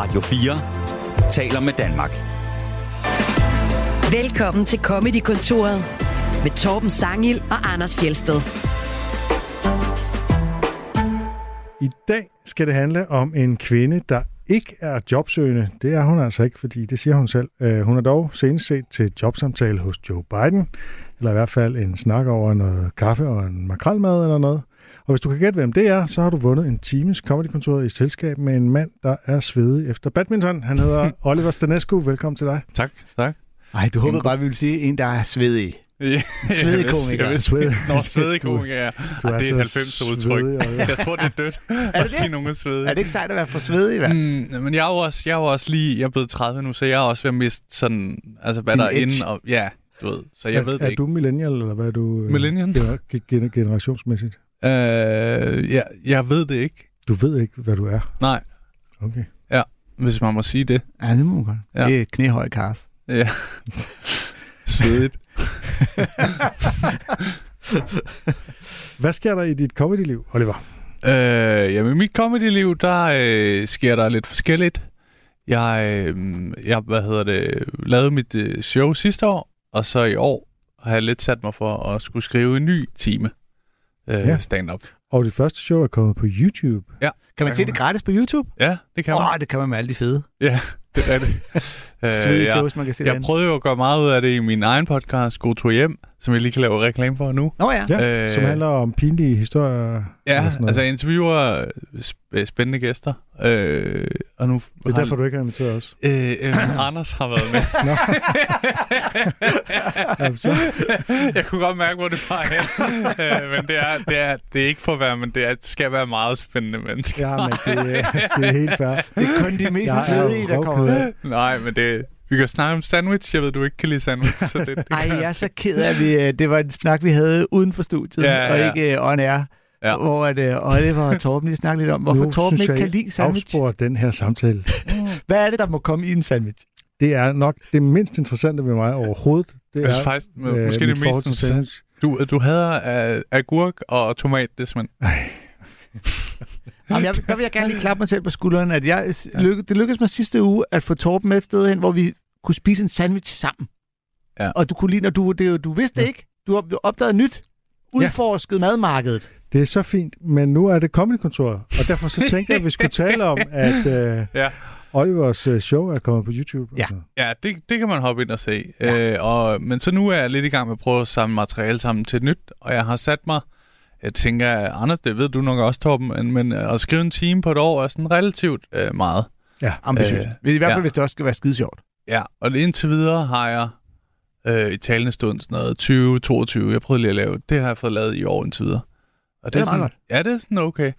Radio 4 taler med Danmark. Velkommen til Comedy-kontoret med Torben Sangil og Anders Fjeldsted. I dag skal det handle om en kvinde, der ikke er jobsøgende. Det er hun altså ikke, fordi det siger hun selv. Hun er dog senest set til jobsamtale hos Joe Biden, eller i hvert fald en snak over noget kaffe og en makrelmad eller noget. Og hvis du kan gætte, hvem det er, så har du vundet en times Comedy-kontoret i selskab med en mand, der er svedig efter badminton. Han hedder Oliver Stanescu. Velkommen til dig. Tak. Ej, du håbede bare, vi ville sige en, der er svedig. Svedig komiker. Svedig komiker, ja. Det er et 90 udtryk. Jeg tror, det er dødt at sige nogen er svedig. Er det ikke sejt at være for svedig, hvad? Men jeg er jo også lige, jeg er blevet 30 nu, så jeg er også ved at miste sådan, altså hvad der er inde, og ja, du ved. Så jeg ved det ikke. Er du millennial, eller hvad er du? Millennial? Generationsmæssigt? Jeg ved det ikke. Du ved ikke, hvad du er? Nej. Okay. Ja, hvis man må sige det. Ja, det må man godt. Ja. Det er knæhøj kars. Ja. Svedigt. Hvad sker der i dit comedy-liv, Oliver? Jamen, i mit comedy-liv, der sker der lidt forskelligt. Jeg lavede mit show sidste år, og så i år har jeg lidt sat mig for at skulle skrive en ny time stand-up. Og det første show er kommet på YouTube. Ja. Kan man se det gratis på YouTube? Ja, det kan man. Det kan man med alle de fede. Ja, det er det. Svedige shows, man kan se. Jeg prøvede jo at gøre meget ud af det i min egen podcast, God Tur Hjem, som jeg lige kan lave reklame for nu. Som handler om pinlige historier. Ja, altså jeg interviewer spændende gæster. Og nu, det er derfor, du ikke har inviteret os. Anders har været med. Jeg kunne godt mærke, hvor det var hen. Men det er ikke for at være, men det skal være meget spændende mennesker. Ja, men det er helt fair. Det er kun de mest svedige, der kommer ud. Nej, men vi kan snakke om sandwich. Jeg ved, du ikke kan lide sandwich. Så det ej, jeg er så ked af, at det var en snak, vi havde uden for studiet, og ikke on air. Ja. Hvor Oliver og Torben lige snakker lidt om, hvorfor Torben ikke kan lide sandwich. Afspore den her samtale. Hvad er det, der må komme i en sandwich? Det er nok det mindst interessante ved mig overhovedet. Det er faktisk måske det mest interessante. Du hader agurk og tomat, det er simpelthen. Jamen, der vil jeg gerne lige klappe mig selv på skulderen, at det lykkedes mig sidste uge at få Torben med et sted hen, hvor vi kunne spise en sandwich sammen. Ja. Og du kunne lide, når du vidste ikke, du har opdaget nyt, udforsket madmarkedet. Det er så fint, men nu er det Comedy-kontoret, og derfor så tænkte jeg, at vi skulle tale om, at Olivers show er kommet på YouTube. Ja, det kan man hoppe ind og se. Ja. Men så nu er jeg lidt i gang med at prøve at samle materiale sammen til et nyt, og jeg har sat mig, jeg tænker, Anders, det ved du nok også, Torben, men at skrive en time på et år er sådan relativt meget. Ja, ambitiøst. I hvert fald, hvis det også skal være skide sjovt. Ja, og indtil videre har jeg i talende stund sådan noget 2022. Jeg prøvede lige at lave det, har jeg fået lavet i år indtil videre. Og det er sådan, meget godt. Ja, det er sådan okay.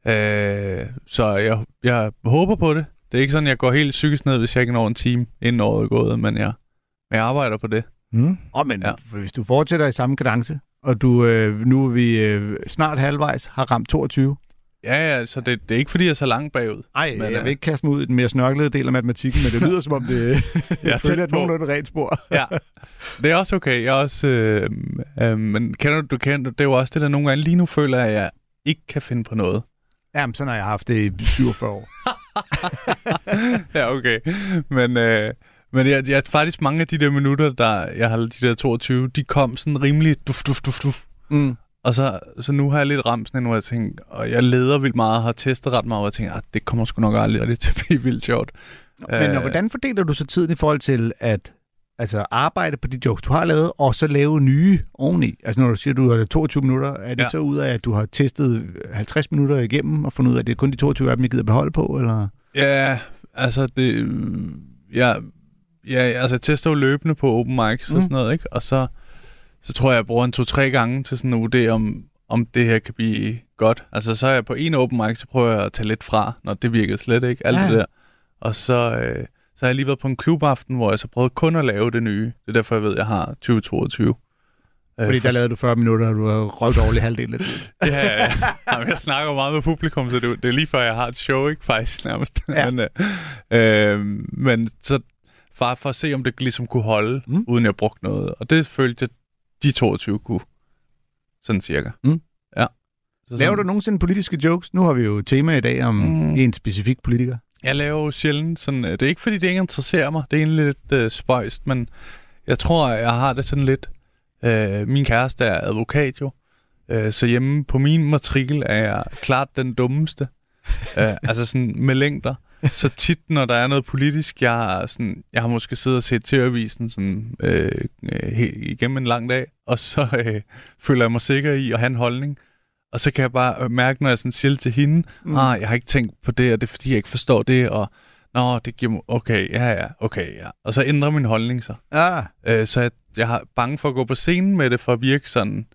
Så jeg håber på det. Det er ikke sådan, jeg går helt psykisk ned, hvis jeg ikke når en time inden året er gået, men jeg arbejder på det. Hvis du fortsætter i samme kadence, og du nu er vi snart halvvejs har ramt 22. Ja, så det er ikke, fordi jeg er så langt bagud. Nej, jeg vil ikke kaste mig ud i den mere snørklede del af matematikken, men det lyder som om det følger et nogenlunde rent spor. Ja, det er også okay. Jeg er også, men du kender det er jo også det, der nogle gange lige nu føler, at jeg ikke kan finde på noget. Jamen, sådan har jeg haft det i 47 år. Ja, okay. Men jeg faktisk mange af de der minutter, der jeg har de der 22, de kom sådan rimelig duf. Og så nu har jeg lidt ramt sådan, hvor jeg tænker, og jeg leder vildt meget og har testet ret meget, og jeg tænker, det kommer sgu nok aldrig til at blive vildt sjovt. Men hvordan fordeler du så tiden i forhold til at arbejde på de jokes, du har lavet, og så lave nye oveni? Altså når du siger, at du har 22 minutter, er det så ud af, at du har testet 50 minutter igennem og fundet ud af, at det er kun de 22 af dem, jeg gider beholde på, eller? Ja, altså jeg tester jo løbende på open mics og sådan noget, ikke? Og så tror jeg bruger 2-3 gange til sådan at vurdere, om det her kan blive godt. Altså så er jeg på en open mic, så prøver jeg at tage lidt fra, når det virkede slet ikke, alt det der. Og så har jeg lige været på en klubaften, hvor jeg så prøvede kun at lave det nye. Det er derfor, jeg ved, at jeg har 2022. Fordi der lavede du 40 minutter, og du har røvet dårligt halvdelen af det. Ja. Jamen, jeg snakker meget med publikum, så det er lige før, jeg har et show, ikke? Faktisk nærmest. Ja. Men så for at se, om det ligesom kunne holde, uden jeg brugte noget. Og det følte jeg, de 22 kunne. Sådan cirka. Ja. Laver du nogensinde politiske jokes? Nu har vi jo tema i dag om en specifik politiker. Jeg laver jo sjældent sådan... Det er ikke, fordi det ikke interesserer mig. Det er egentlig lidt spøjst, men jeg tror, jeg har det sådan lidt... min kæreste er advokat jo, så hjemme på min matrikel er jeg klart den dummeste. Altså sådan med længder. Så tit, når der er noget politisk, jeg har måske siddet og set TV-avisen sådan, igennem en lang dag, og så føler jeg mig sikker i at have en holdning. Og så kan jeg bare mærke, når jeg sådan siger til hende, jeg har ikke tænkt på det, og det er fordi, jeg ikke forstår det, og det giver mig, okay, ja. Og så ændrer min holdning sig. Så jeg er bange for at gå på scenen med det, for at virke sådan,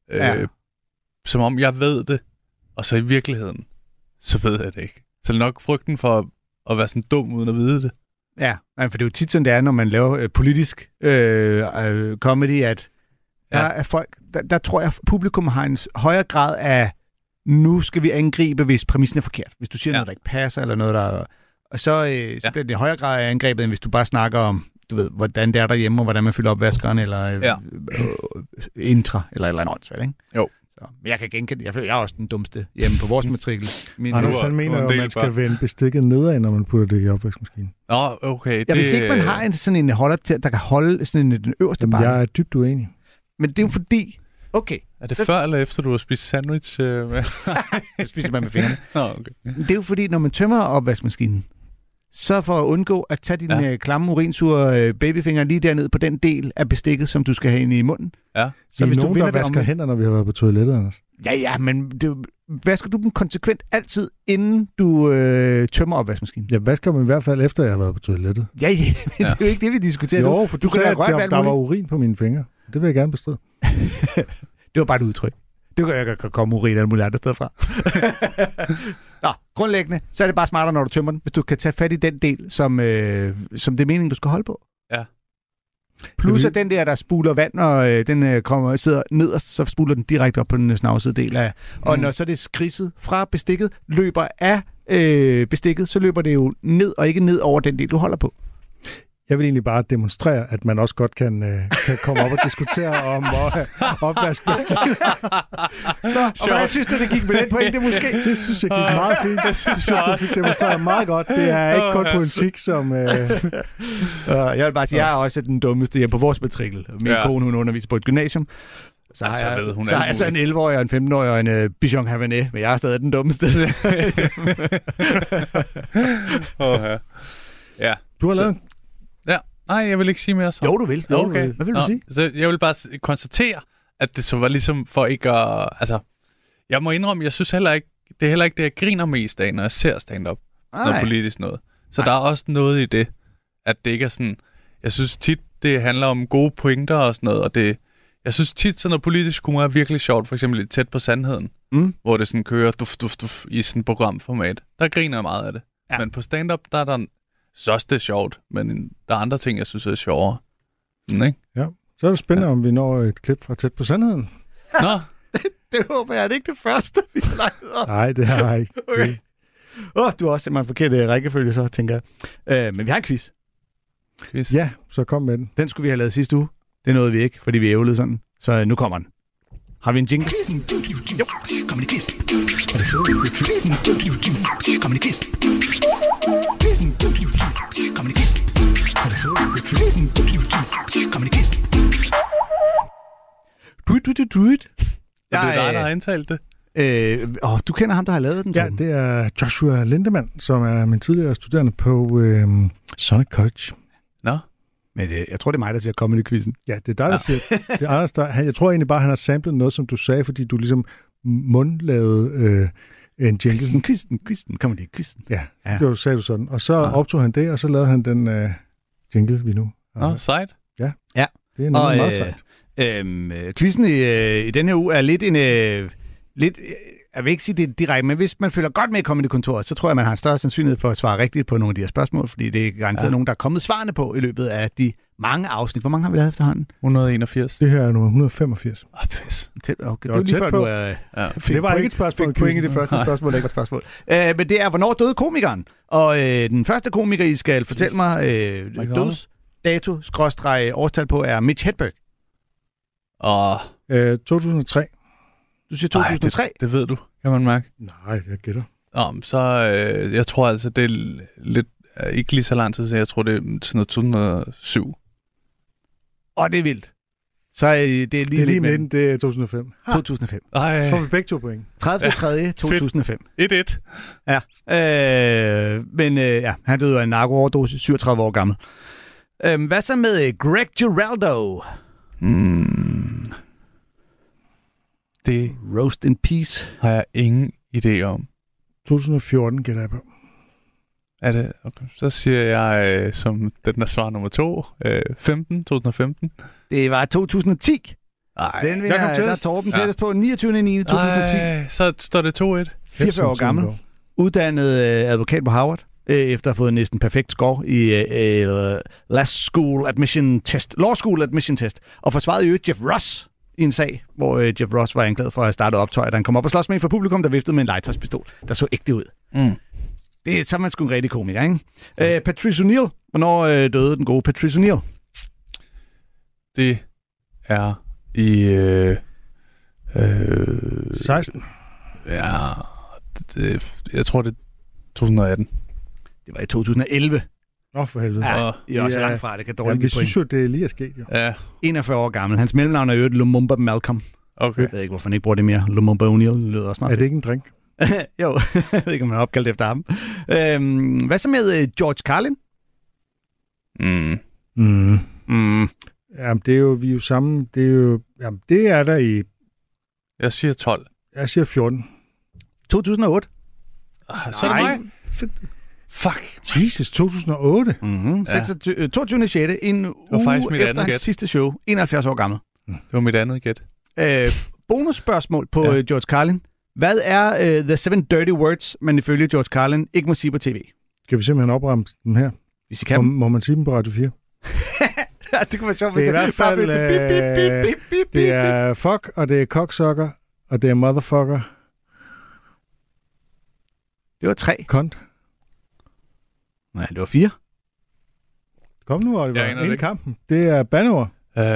som om jeg ved det, og så i virkeligheden, så ved jeg det ikke. Så det er nok frygten for at være sådan dum, uden at vide det. Ja, for det er jo tit sådan, det er, når man laver politisk comedy, at der er folk, der tror jeg, publikum har en højere grad af, nu skal vi angribe, hvis præmissen er forkert. Hvis du siger noget, der ikke passer, eller noget, der... Og så bliver det i højere grad af angrebet, end hvis du bare snakker om, du ved, hvordan det er derhjemme, og hvordan man fylder opvaskeren, eller intra, eller andet åndssvagt, ikke? Jo. Så, men jeg kan genkende, jeg er også den dummeste hjemme på vores matrikel. Anders, han mener jo, at man skal vende bestikket nedad, når man putter det i opvaskemaskinen. Okay. Ja, hvis ikke man har sådan en holder til, der kan holde sådan den øverste bakke. Jeg er dybt uenig. Men det er jo fordi... Okay. Er det før eller efter, du har spist sandwich? Det spiser man med fingrene. Okay. Det er jo fordi, når man tømmer opvaskemaskinen, så for at undgå at tage dine klamme, urinsure babyfingre lige derned på den del af bestikket, som du skal have inde i munden. Ja. Så hvis nogen, der vasker hænder, når vi har været på toilettet, Anders. Ja, men vasker du dem konsekvent altid, inden du tømmer opvaskemaskinen? Jeg vasker dem i hvert fald, efter jeg har været på toilettet. Ja, men det er jo ikke det, vi diskuterer. Jo, for du sagde, at der var urin på mine fingre. Det vil jeg gerne bestride. Det var bare et udtryk. Det kan jeg komme urin alle mulige andre steder fra. Nå, grundlæggende, så er det bare smartere, når du tømmer den, hvis du kan tage fat i den del, som det er meningen, du skal holde på. Ja. Plus at den der spuler vand, og den sidder nederst, så spuler den direkte op på den snavsede del af. Og når så det skridset fra bestikket løber af bestikket, så løber det jo ned, og ikke ned over den del, du holder på. Jeg vil egentlig bare demonstrere, at man også godt kan komme op og diskutere om opvaskemaskiner. Og hvad synes du, det gik med den pointe måske? Det synes jeg gik meget fint. Det synes jeg, du demonstrerer meget godt. Det er ikke kun politik, som... Jeg vil bare sige, jeg er også den dummeste hjemme på vores matrikel. Min kone, hun underviser på et gymnasium. Så har jeg så en 11-årig og en 15-årig og en Bichon Havanais, men jeg er stadig den dummeste. Ja. Du har lavet... Nej, jeg vil ikke sige mere så. Jo, du vil. Okay. Hvad vil du sige? Så jeg vil bare konstatere, at det så var ligesom for ikke at... Altså, jeg må indrømme, jeg synes heller ikke, det er heller ikke det, jeg griner mest af, når jeg ser stand-up. Noget politisk noget. Så der er også noget i det, at det ikke er sådan... Jeg synes tit, det handler om gode pointer og sådan noget, og det... Jeg synes tit, sådan noget politisk humor er virkelig sjovt, for eksempel Tæt på sandheden, hvor det sådan kører duf i sådan et programformat. Der griner jeg meget af det. Ja. Men på stand-up, der er der... Så også det er sjovt, men der er andre ting, jeg synes er sjovere. Sådan, ikke? Ja, så er det spændende, om vi når et klip fra Tæt på sandheden. Nå. Det håber jeg, er det ikke det første, vi har lagt op? Nej, det har jeg ikke. Okay. Du har også simpelthen forkert rækkefølge, så tænker jeg. Men vi har en quiz. Ja, så kom med den. Den skulle vi have lavet sidste uge. Det nåede vi ikke, fordi vi ævlede sådan. Så nu kommer den. Har vi en jingle? Jo, kom i quiz. Quizzen. Kom i quiz. Quizzen. Kom i quiz. Quizzen. Kom i quiz. Do it. Det er dig, der har indtalt det. Du kender ham, der har lavet den? Ja, det er Joshua Lindemann, som er min tidligere studerende på Sonic College. Nå. Men jeg tror, det er mig, der siger comedy-quizzen. Ja, det er dig, der siger. Det er Anders, jeg tror egentlig bare, han har samlet noget, som du sagde, fordi du ligesom mundlavede en jingle. Quizzen, comedy-quizzen. Ja, så sagde du sådan. Og så optog han det, og så lavede han den jingle, vi nu har. Sejt. Ja, det er noget meget sejt. Quizzen i denne her uge er lidt en... jeg vil ikke sige det direkte, men hvis man følger godt med i Comedy-kontoret, så tror jeg, man har en større sandsynlighed for at svare rigtigt på nogle af de her spørgsmål, fordi det er garanteret nogen, der er kommet svarene på i løbet af de mange afsnit. Hvor mange har vi lavet efterhånden? 181. Det her er nummer 185. Pis. Okay, det var lige før, du det var ikke et spørgsmål. Fik point i det første spørgsmål, det ikke var et spørgsmål. Men det er, hvornår døde komikeren? Og den første komiker, I skal fortælle mig dødsdato, årstal på, er Mitch Hedberg. 2003. Du siger 2003? Det ved du, kan man mærke. Nej, jeg gætter. Så jeg tror altså, det er lidt... Ikke lige så lang tid, så jeg tror, det er sådan noget 2007. Og det er vildt. Så det er lige midten, det er 2005. 2005. Så får vi begge 2 point. 30.3.2005. 1-1. Ja. Men han døde af en narko-overdose, 37 år gammel. Hvad så med Greg Giraldo? Det Roast in Peace. har jeg ingen idé om. 2014 gætter jeg på. Er det? Okay. Så siger jeg, som den der svar nummer 2, 2015. Det var 2010. Ej, Den vinder, der er Torben tættest på 29.9.2010. Så står det 2-1. 44 år gammel. Uddannet advokat på Harvard, efter at have fået næsten perfekt score i Law School Admission Test, og forsvarede jo Jeff Ross i en sag, hvor Jeff Ross var anklaget for at have startet optøjer, da han kom op og slås med en fra publikum, der viftede med en legetøjspistol, der så ægte ud. Det er så man sgu en rigtig komiker, ikke? Patrice O'Neal. Hvornår døde den gode Patrice O'Neal? Det er i... 16. Ja, jeg tror, det er 2018. Det var i 2011. For helvede. Ja, I er også langt fra, det kan dårligt give point. Vi synes jo, det er lige er sket, jo. Ja. 41 år gammel. Hans mellemnavn er jo Lumumba Malcolm. Okay. Jeg ved ikke, hvorfor han ikke bruger det mere. Lumumba O'Neal lyder også meget. Er det ikke en drink? Jo, jeg ved ikke, om han er opkaldt efter ham. Hvad så med George Carlin? Jamen, det er jo, vi er jo sammen. Det er jo, jamen, det er der i... Jeg siger 12. Jeg siger 14. 2008. Så er det mig. Fuck. Jesus, 2008. 22.6. En uge efter hans sidste show. 71 år gammel. Det var mit andet gæt. Bonusspørgsmål på George Carlin. Hvad er The 7 Dirty Words, man ifølge George Carlin ikke må sige på tv? Skal vi simpelthen opramme dem her? Hvis I kan. Må man sige dem på Radio 4? Det kunne være sjovt, hvis det er i hvert fald... Det er fuck, og det er cocksucker, og det er motherfucker. Det var 3. Kont. Nej, det var 4. Kom nu, Oliver. Ind i kampen. Det er bandeord.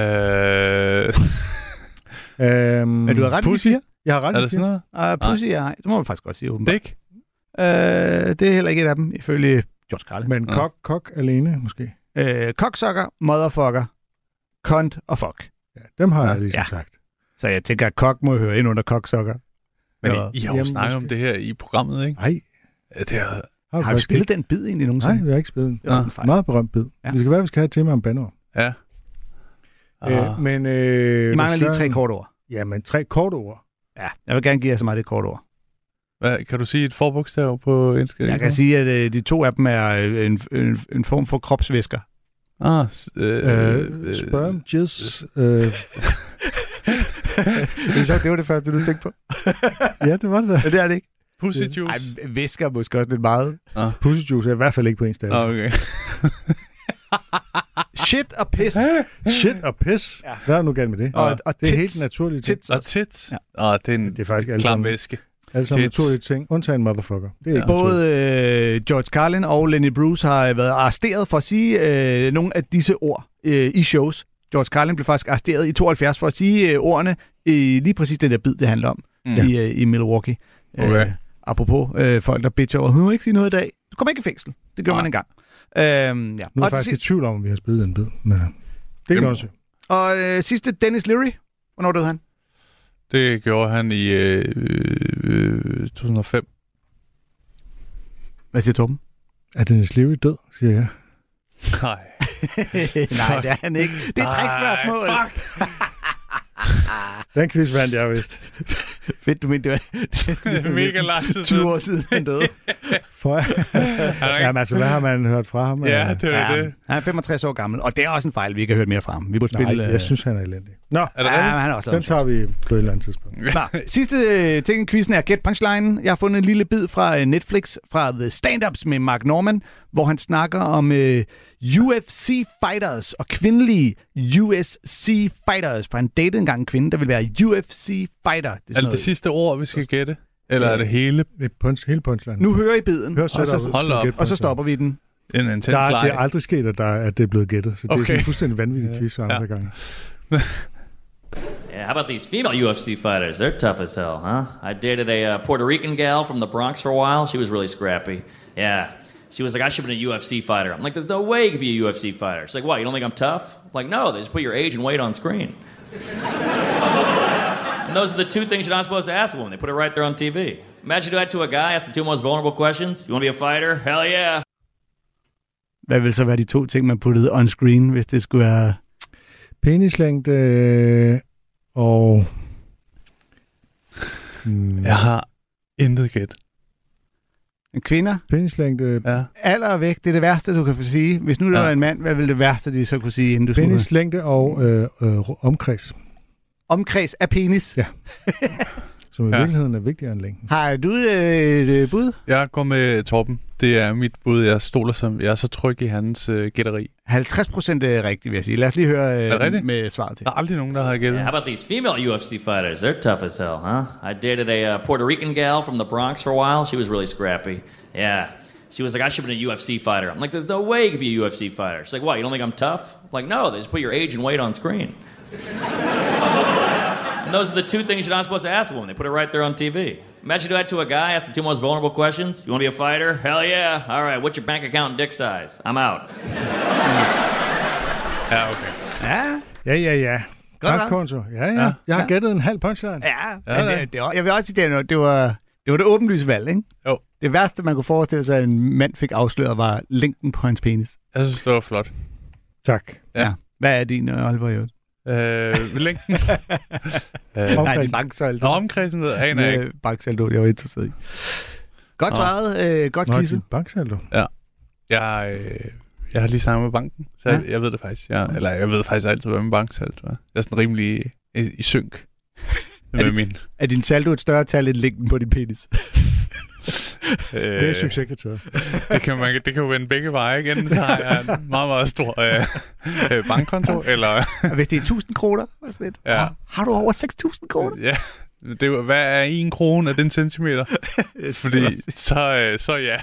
Men du har ret i 4? Jeg har ret i 4. Er det sådan noget? Pussy, nej. Det må man faktisk godt sige, åbenbart. Dick? Det er heller ikke et af dem, ifølge George Carlin. Men kok alene, måske? Cocksucker, motherfucker, cunt og fuck. Ja, dem har jeg ligesom sagt. Så jeg tænker, at kok må høre ind under cocksucker. Men I har jo snakket om det her i programmet, ikke? Nej. Det har vi spillet den bid egentlig nogensinde? Nej, vi har ikke spillet den. Meget berømt bid. Ja. Vi skal have et tema om bandeord. Ja. Men I mangler lige 3 korte ord. Ja, men 3 korte ord. Ja, jeg vil gerne give jer så meget det korte ord. Kan du sige et forbogstav på indskrift? Jeg kan sige, at de 2 af dem er en form for kropsvæsker. Sperm, jizz. Det var det første, du tænkte på. Ja, det var det da. Ja, det er det ikke. Pussy juice. Ej, væsker måske også lidt meget. Pussy juice er i hvert fald ikke på en stavelse. Okay. Shit og pis. Shit og pis? Ja. Hvad er nu galt med det? Og det er helt naturligt. Tits. Og tits. Ja. Det er faktisk klam væske. Alle sammen naturlige ting, undtagen motherfucker. Det er ikke både George Carlin og Lenny Bruce har været arresteret for at sige nogle af disse ord i shows. George Carlin blev faktisk arresteret i 72 for at sige ordene i lige præcis den der bid, det handler om i Milwaukee. Okay. Apropos folk, der bitcher over, hun må ikke sige noget i dag. Du kommer ikke i fængsel. Det gør man engang. Nu er jeg faktisk i tvivl om, vi har spillet den bid. Men det kan også. Og sidste, Dennis Leary. Hvornår døde han? Det gjorde han i 2005. Hvad siger Torben? Er Dennis Leary død, siger jeg. Nej. Nej, det er han ikke. Det er et trickspørgsmål. Fuck. Den quiz vandt jeg vist. Fedt, du mente, det var mega lang tid 20 år siden, han døde. Jamen altså, hvad har man hørt fra ham? Ja, det er det. Han er 65 år gammel, og det er også en fejl, vi ikke har hørt mere fra ham. Vi burde spille... Nej, jeg synes, han er elendig. Nå, er det han er også den tager vi på et eller andet tidspunkt. Nå, sidste ting i quizzen er Get Punchline. Jeg har fundet en lille bid fra Netflix, fra The Stand-Ups med Mark Norman, hvor han snakker om UFC fighters og kvindelige USC fighters. For han datede engang en kvinde, der vil være UFC fighter. Det er det sidste ord, vi skal gætte? Eller er det hele? Hele punchline. Nu hører I biden, og så stopper vi den. En intens det er aldrig sket, at det er blevet gættet. Så det er en fuldstændig vanvittig quiz andre gange. Yeah, how about these female UFC fighters? They're tough as hell, huh? I dated a Puerto Rican gal from the Bronx for a while. She was really scrappy. Yeah. She was like, I should have been a UFC fighter. I'm like, there's no way you could be a UFC fighter. She's like, what, you don't think I'm tough? I'm like, no, they just put your age and weight on screen. And those are the two things you're not supposed to ask a woman. They put it right there on TV. Imagine you do that to a guy, ask the two most vulnerable questions. You want to be a fighter? Hell yeah. Hvad vil så være de to ting, man puttede on screen, hvis det skulle være... Penislængde og... Jeg har intet gæt. Kvinder? Penislængde... Ja. Alder og vægt, det er det værste, du kan få sige. Hvis nu der var en mand, hvad ville det værste, de så kunne sige, inden du skulle... Penislængde og omkreds. Omkreds af penis? Ja. Som i virkeligheden er vigtigere end længden. Har du et bud? Jeg går med Torben. Det er mit bud. Jeg er så tryg i hans gætteri. 50% er rigtigt, vil jeg sige. Lad os lige høre med svaret til. Der er aldrig nogen, der har gættet. Yeah, how about these female UFC fighters? They're tough as hell, huh? I dated a Puerto Rican gal from the Bronx for a while. She was really scrappy. Yeah. She was like, I should have been a UFC fighter. I'm like, there's no way you could be a UFC fighter. She's like, what, you don't think I'm tough? I'm like, no, they just put your age and weight on screen. And those are the two things you're not supposed to ask a woman. They put it right there on TV. Imagine you do that to a guy, ask the two most vulnerable questions. You want to be a fighter? Hell yeah. All right, what's your bank account and dick size? I'm out. Ja, okay. Ja. Godt konto. Ja. Jeg har gættet en halv punchline. Ja. Jeg vil også sige, det var det åbenlyse valg, ikke? Jo. Det værste, man kunne forestille sig, at en mand fik afsløret, var længden på hans penis. Jeg synes, det var flot. Tak. Ja. Hvad er din Oliver i øvrigt? Længden? Nej, det er banksaldo. Omkredsen ved jeg aner ikke. Banksaldo, jeg var interesseret i. Godt svaret. Godt quizet. Banksaldo? Ja. Jeg har lige snakket med banken, så jeg ved det faktisk. Jeg ved faktisk altid, hvad min banksaldo er. Jeg er sådan rimelig i synk med min. Er din saldo et større tal end længden på din penis? Det er succeskriteriet. Det kan jo vende begge veje igen, så har jeg en meget, meget stor bankkonto. Eller hvis det er 1.000 kroner, ja. Har du over 6.000 kroner? Ja, hvad er 1 krone af den centimeter? Fordi så ja.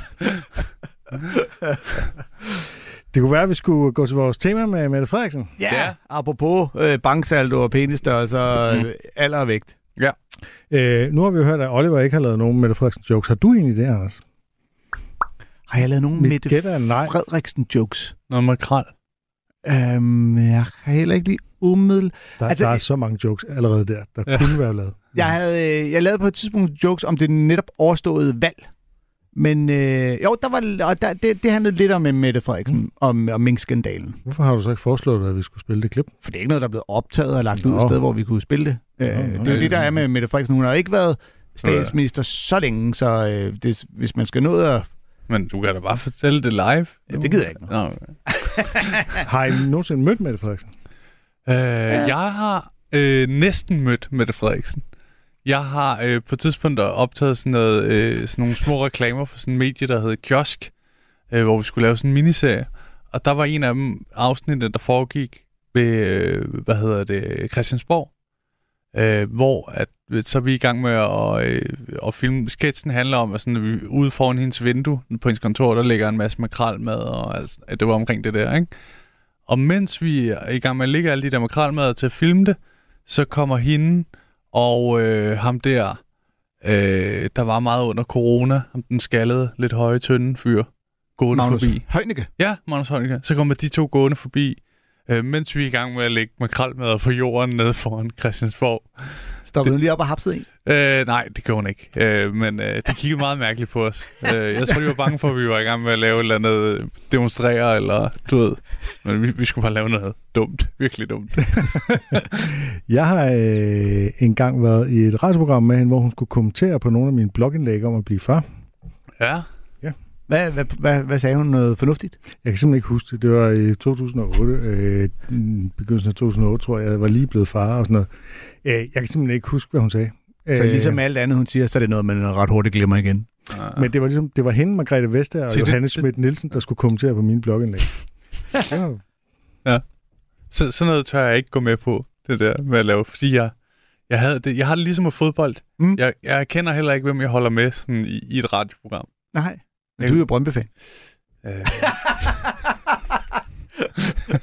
Det kunne være, at vi skulle gå til vores tema med Mette Frederiksen. Ja. Apropos banksaldo og penisstørrelse og alder og vægt. Ja. Nu har vi jo hørt, at Oliver ikke har lavet nogen Mette Frederiksen jokes. Har du egentlig det, Anders? Har jeg lavet nogen Mette Frederiksen jokes? Noget makrel. Jeg har heller ikke lige umiddel. Der er så mange jokes allerede der kunne være lavet. Jeg lavede på et tidspunkt jokes om det netop overståede valg. Men det handlede lidt om Mette Frederiksen, om Mink-skandalen. Hvorfor har du så ikke foreslået, at vi skulle spille det klip? For det er ikke noget, der er blevet optaget og lagt ud et sted, hvor vi kunne spille det. Det er jo det, der er med Mette Frederiksen. Hun har ikke været statsminister så længe, så hvis man skal nå at... Men du kan da bare fortælle det live. Ja, det gider jeg ikke. Har I nogensinde mødt Mette Frederiksen? Jeg har næsten mødt Mette Frederiksen. Jeg har på et tidspunkt optaget sådan nogle små reklamer for sådan en medie, der hedder Kiosk, hvor vi skulle lave sådan en miniserie. Og der var en af dem afsnittet, der foregik ved, Christiansborg, hvor så er vi i gang med at filme. Sketchen handler om, at vi ude foran hendes vindue på hendes kontor, der ligger en masse makrelmad, og det var omkring det der, ikke? Og mens vi er i gang med at lægge alle de der makrelmad til at filme det, så kommer hende og ham der var meget under corona, ham den skaldede, lidt høje, tynde fyr, gående Magnus forbi. Heunicke. Ja, Magnus Heunicke. Så kommer de to gående forbi, mens vi er i gang med at lægge makrelmad på jorden nede foran Christiansborg. Stoppede du lige op og hapsede en? Nej, det gjorde hun ikke. Men de kiggede meget mærkeligt på os. Jeg tror, de var bange for, at vi var i gang med at lave et eller andet, demonstrere, eller du ved. Men vi skulle bare lave noget dumt. Virkelig dumt. Jeg har engang været i et radioprogram med hende, hvor hun skulle kommentere på nogle af mine blogindlæg om at blive far. Ja. Hvad sagde hun? Noget fornuftigt? Jeg kan simpelthen ikke huske det. Det var i 2008. Begyndelsen af 2008, tror jeg var lige blevet far og sådan noget. Jeg kan simpelthen ikke huske, hvad hun sagde. Så ligesom alt andet, hun siger, så er det noget, man ret hurtigt glemmer igen. Men det var hende, Margrethe Vestager og Johannes Schmidt Nielsen, der skulle kommentere på mine blogindlæg. Ja. Så sådan noget tør jeg ikke gå med på, det der med at lave, fordi jeg har det ligesom med fodbold. Jeg kender heller ikke, hvem jeg holder med sådan i et radioprogram. Nej. Men du er jo Brøndby-fan.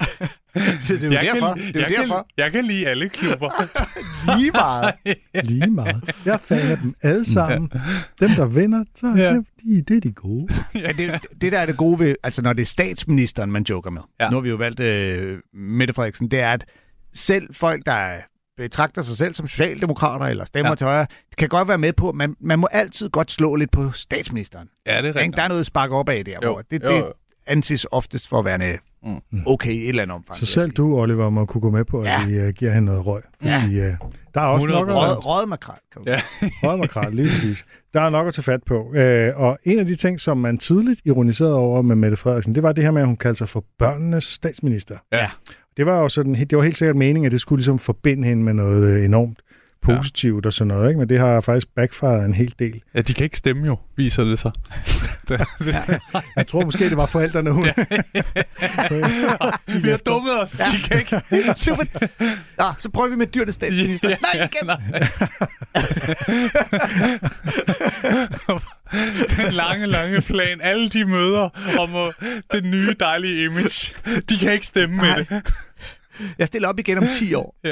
Det er jo derfor. Jeg kan lide alle klubber. Lige meget. Lige meget. Jeg er fan af dem alle sammen. Dem, der vinder, så det er de gode. Ja, det der er det gode ved, altså når det er statsministeren, man joker med. Ja. Nu har vi jo valgt Mette Frederiksen. Det er, at selv folk, der betragter sig selv som socialdemokrater eller stemmer til højre, kan godt være med på, man må altid godt slå lidt på statsministeren. Ja, det er rigtigt. Der er noget at sparke op af der, hvor det anses oftest for at være okay i et eller andet omfang. Så selv du, Oliver, må kunne gå med på, at vi giver hende noget røg. Fordi, der er også nok røget makrel. Røget makrel, lige præcis. Der er nok at tage fat på. Og en af de ting, som man tidligt ironiserede over med Mette Frederiksen, det var det her med, at hun kaldte sig for børnenes statsminister. Ja. Det var jo sådan, det var helt sikkert meningen, at det skulle ligesom forbinde hende med noget enormt positivt og sådan noget, ikke? Men det har faktisk backfired en hel del. Ja, de kan ikke stemme jo, viser det sig. Jeg tror måske, det var forældrene, hun... Vi har dummet os. De kan ikke... Så prøver vi med dyrene statsminister. Nej, igen! Den lange plan. Alle de møder om det nye dejlige image. De kan ikke stemme med det. Jeg stiller op igen om 10 år. Ja.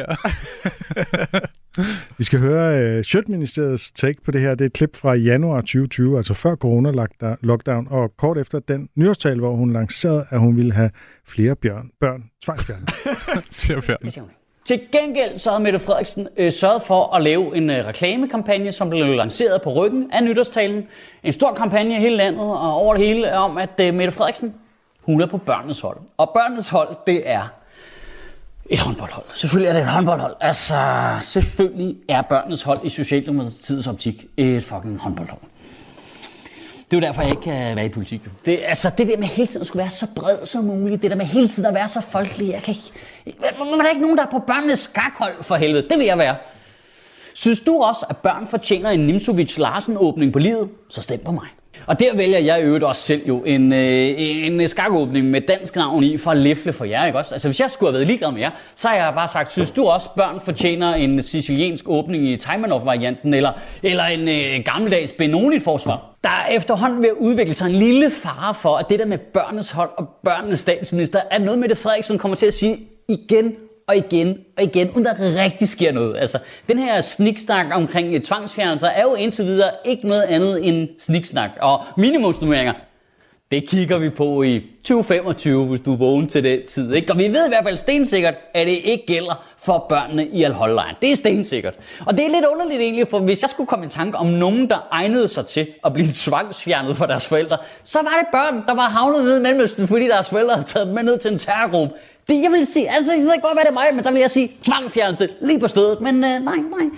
Vi skal høre Sjøtministeriets take på det her. Det er et klip fra januar 2020, altså før corona-lockdown, og kort efter den nytårstale, hvor hun lancerede, at hun ville have flere børn tvangsfjernet. Flere børn. Til gengæld så har Mette Frederiksen sørget for at lave en reklamekampagne, som blev lanceret på ryggen af nytårstalen. En stor kampagne i hele landet og over det hele om, at Mette Frederiksen, hun er på børnenes hold. Og børnenes hold, det er et håndboldhold. Selvfølgelig er det et håndboldhold. Altså, selvfølgelig er børnenes hold i Socialdemokratiets optik et fucking håndboldhold. Det er jo derfor, jeg ikke kan være i politik. Det der med hele tiden at skulle være så bred som muligt, det der med hele tiden at være så folkelig, jeg kan ikke... Men der er ikke nogen, der er på børnenes skakhold for helvede. Det vil jeg være. Synes du også, at børn fortjener en Nimzowitsch Larsen-åbning på livet? Så stem på mig. Og der vælger jeg i øvrigt også selv jo en skakåbning med dansk navn i for at lefle for jer, ikke også? Altså hvis jeg skulle have været ligeglad med jer, så har jeg bare sagt, synes du også, børn fortjener en siciliansk åbning i Taimanov-varianten, eller en gammeldags Benoni-forsvar? Der er efterhånden ved at udvikle sig en lille fare for, at det der med børnenes hold og børnenes statsminister er noget, Mette Frederiksen kommer til at sige igen og igen, uden der rigtig sker noget. Altså, den her sniksnak omkring tvangsfjernelser er jo indtil videre ikke noget andet end sniksnak. Og minimumsnummeringer, det kigger vi på i 2025, hvis du er vågen til den tid. Ikke? Og vi ved i hvert fald stensikkert, at det ikke gælder for børnene i Al-Hol-lejren. Det er stensikkert. Og det er lidt underligt egentlig, for hvis jeg skulle komme i tanke om nogen, der egnede sig til at blive tvangsfjernet fra deres forældre, så var det børn, der var havnet nede i Mellemøsten, fordi deres forældre havde taget dem med ned til en terrorgruppe. Det, jeg vil sige, altså det kan godt være det er mig, men der vil jeg sige tvangsfjernelse lige på stedet. Men nej,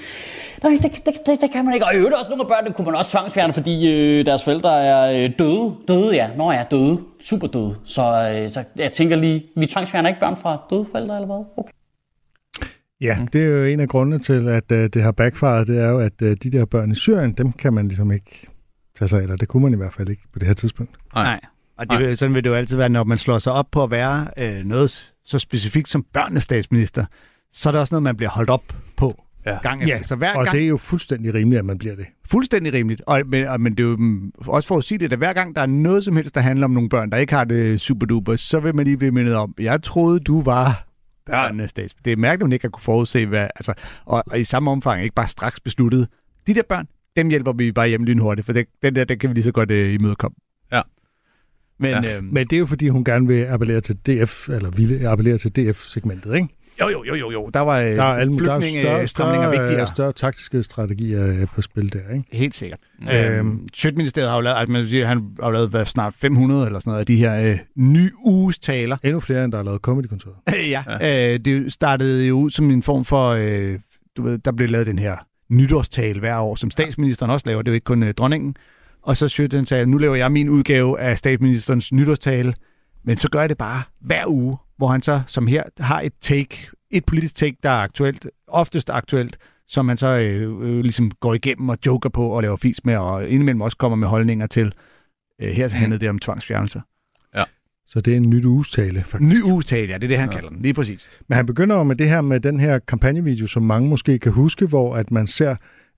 det kan man ikke. Og i øvrigt også nogle af børnene kunne man også tvangsfjerne, fordi deres forældre er døde, ja. Nå ja, døde. Super døde. Så jeg tænker lige, vi tvangsfjerner ikke børn fra døde forældre eller hvad? Okay. Ja, det er jo en af grundene til, at det har backfired, det er jo, at de der børn i Syrien, dem kan man ligesom ikke tage sig af, eller det kunne man i hvert fald ikke på det her tidspunkt. Nej. Og sådan vil det jo altid være, når man slår sig op på at være noget så specifikt som børnenes statsminister, så er det også noget, man bliver holdt op på gang efter. Så hver gang, det er jo fuldstændig rimeligt, at man bliver det. Fuldstændig rimeligt. Men det er jo også for at sige det, at hver gang der er noget som helst, der handler om nogle børn, der ikke har det superduper, så vil man lige blive mindet om, jeg troede, du var børnenes statsminister. Det er mærkeligt, at man ikke har kunne forudse, og i samme omfang ikke bare straks besluttet. De der børn, dem hjælper vi bare hjem lynhurtigt, for den kan vi lige så godt imødekomme. Ja. Men det er jo, fordi hun gerne vil appellere til DF, eller ville appellere til DF-segmentet, ikke? Jo. Der var flygtningestramninger vigtigere. Større taktiske strategier på spil der, ikke? Helt sikkert. Sjøtministeriet har jo lavet, altså man siger, han har lavet snart 500 eller sådan noget af de her nye uges taler. Endnu flere, end der har lavet Comedy-kontoret. Det startede jo ud som en form for, der blev lavet den her nytårstale hver år, som statsministeren også laver. Det er jo ikke kun dronningen. Og så Sjøtministeriet, nu laver jeg min udgave af statsministerens nytårstale, men så gør jeg det bare hver uge, hvor han så, som her, har et politisk take, der er oftest aktuelt, som man så ligesom går igennem og joker på og laver fis med, og indimellem også kommer med holdninger til. Her handlede det om tvangsfjernelser. Ja. Så det er en nyt ugestale, faktisk. Ny ugestale, ja, det er det, han kalder den, lige præcis. Men han begynder jo med det her med den her kampagnevideo, som mange måske kan huske, hvor at man ser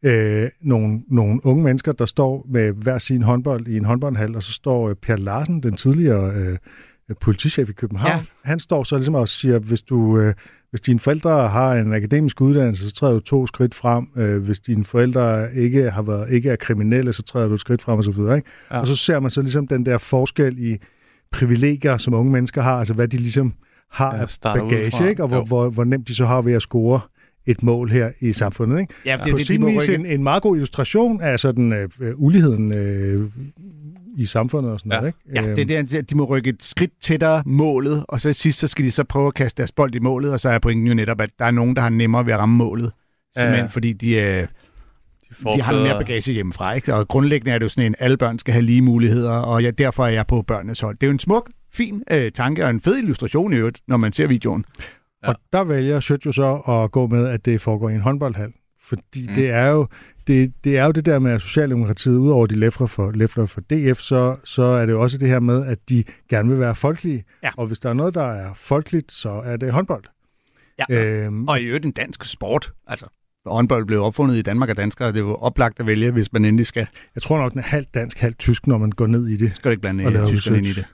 nogle unge mennesker, der står med hver sin håndbold i en håndboldhal, og så står Per Larsen, den tidligere politichef i København. Ja. Han står så ligesom og siger, hvis dine forældre har en akademisk uddannelse, så træder du 2 skridt frem. Hvis dine forældre ikke er kriminelle, så træder du et skridt frem og så videre. Ikke? Ja. Og så ser man så ligesom den der forskel i privilegier, som unge mennesker har, altså hvad de ligesom har af bagage, ikke? Og hvor nemt de så har ved at score et mål her i samfundet. Ikke? Ja, det er på sin vis en meget god illustration af sådan uligheden i samfundet og sådan noget. Ikke? Ja, det er der, de må rykke et skridt tættere målet, og så sidst så skal de så prøve at kaste deres bold i målet, og så er pointen jo netop, at der er nogen, der har nemmere ved at ramme målet. Simpelthen fordi de har noget mere bagage hjemmefra. Ikke? Og grundlæggende er det jo sådan alle børn skal have lige muligheder, og derfor er jeg på børnenes hold. Det er jo en smuk, fin tanke og en fed illustration i øvrigt, når man ser videoen. Ja. Og der vælger Sødt jo så at gå med, at det foregår i en håndboldhal. Fordi det er jo det der med, at Socialdemokratiet, udover de læfler for DF, så er det jo også det her med, at de gerne vil være folkelige. Ja. Og hvis der er noget, der er folkeligt, så er det håndbold. Ja. Og i øvrigt en dansk sport. Altså, håndbold blev opfundet i Danmark af danskere, og det er jo oplagt at vælge, hvis man endelig skal. Jeg tror nok, den er halvt dansk, halvt tysk, når man går ned i det. Skal du ikke blande tyskerne ind i det?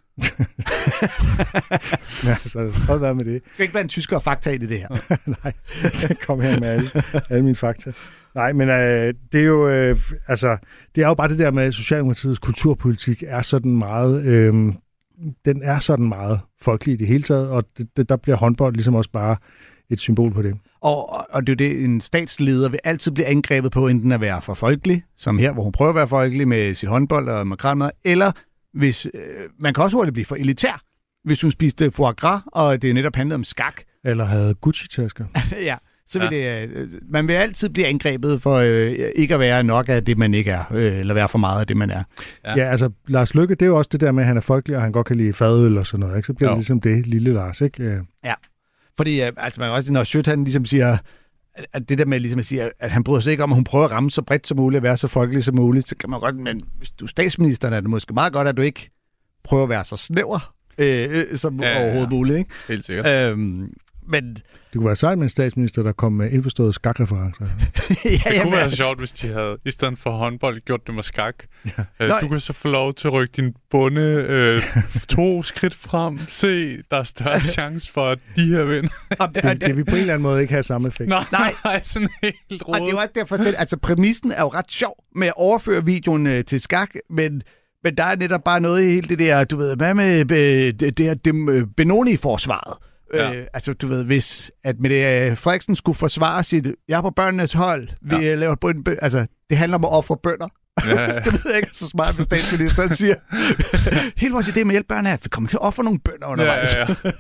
Ja, så prøv at være med det. Skal ikke blande tysker og fakta i det her? Nej, så kom her med alle mine fakta. Nej, men det er jo det er jo bare det der med, at Socialdemokratiets kulturpolitik er sådan meget den er sådan meget folkelig i det hele taget, og der bliver håndbold ligesom også bare et symbol på det. Og det er jo det, en statsleder vil altid blive angrebet på, enten at være for folkelig, som her, hvor hun prøver at være folkelig med sit håndbold og makrelmad, eller hvis man kan også hurtigt blive for elitær, hvis hun spiste foie gras, og det netop handlede om skak. Eller havde Gucci-tasker. Ja, så vil man vil altid blive angrebet for ikke at være nok af det, man ikke er, eller være for meget af det, man er. Ja, altså Lars Løkke, det er jo også det der med, at han er folkelig, og han godt kan lide fadøl og sådan noget, ikke? Så bliver det ligesom det, lille Lars, ikke? Ja, fordi altså man også, når Schødt, han ligesom siger, at det der med ligesom at sige, at han bryder sig ikke om, at hun prøver at ramme så bredt som muligt, at være så folkelig som muligt, så kan man godt, men hvis du er statsministeren, er det måske meget godt, at du ikke prøver at være så snæver som overhovedet muligt, ikke? Helt sikkert. Men det kunne være sejt med en statsminister, der kom med indforståede skakreferencer. Det kunne være sjovt, hvis de havde, i stedet for håndbold, gjort det med skak. Ja. Du kan så få lov til at rykke din bonde 2 skridt frem. Se, der er større chance for, at de her vinder. Det vil på en eller anden måde ikke have samme effekt. Nej, sådan helt rodet. Og det er jo også derfor, altså præmissen er jo ret sjov med at overføre videoen til skak, men der er netop bare noget i hele det der, du ved, hvad med det Benoni-forsvaret? Ja. Altså, du ved, hvis at Mette Frederiksen skulle forsvare sit, jeg er på børnenes hold, vi laver altså, det handler om at ofre bønder. Ja. Det ved jeg ikke så smart, hvis statsministeren siger. Hele vores idé med at hjælpe børn er, at vi kommer til at ofre nogle bønder undervejs.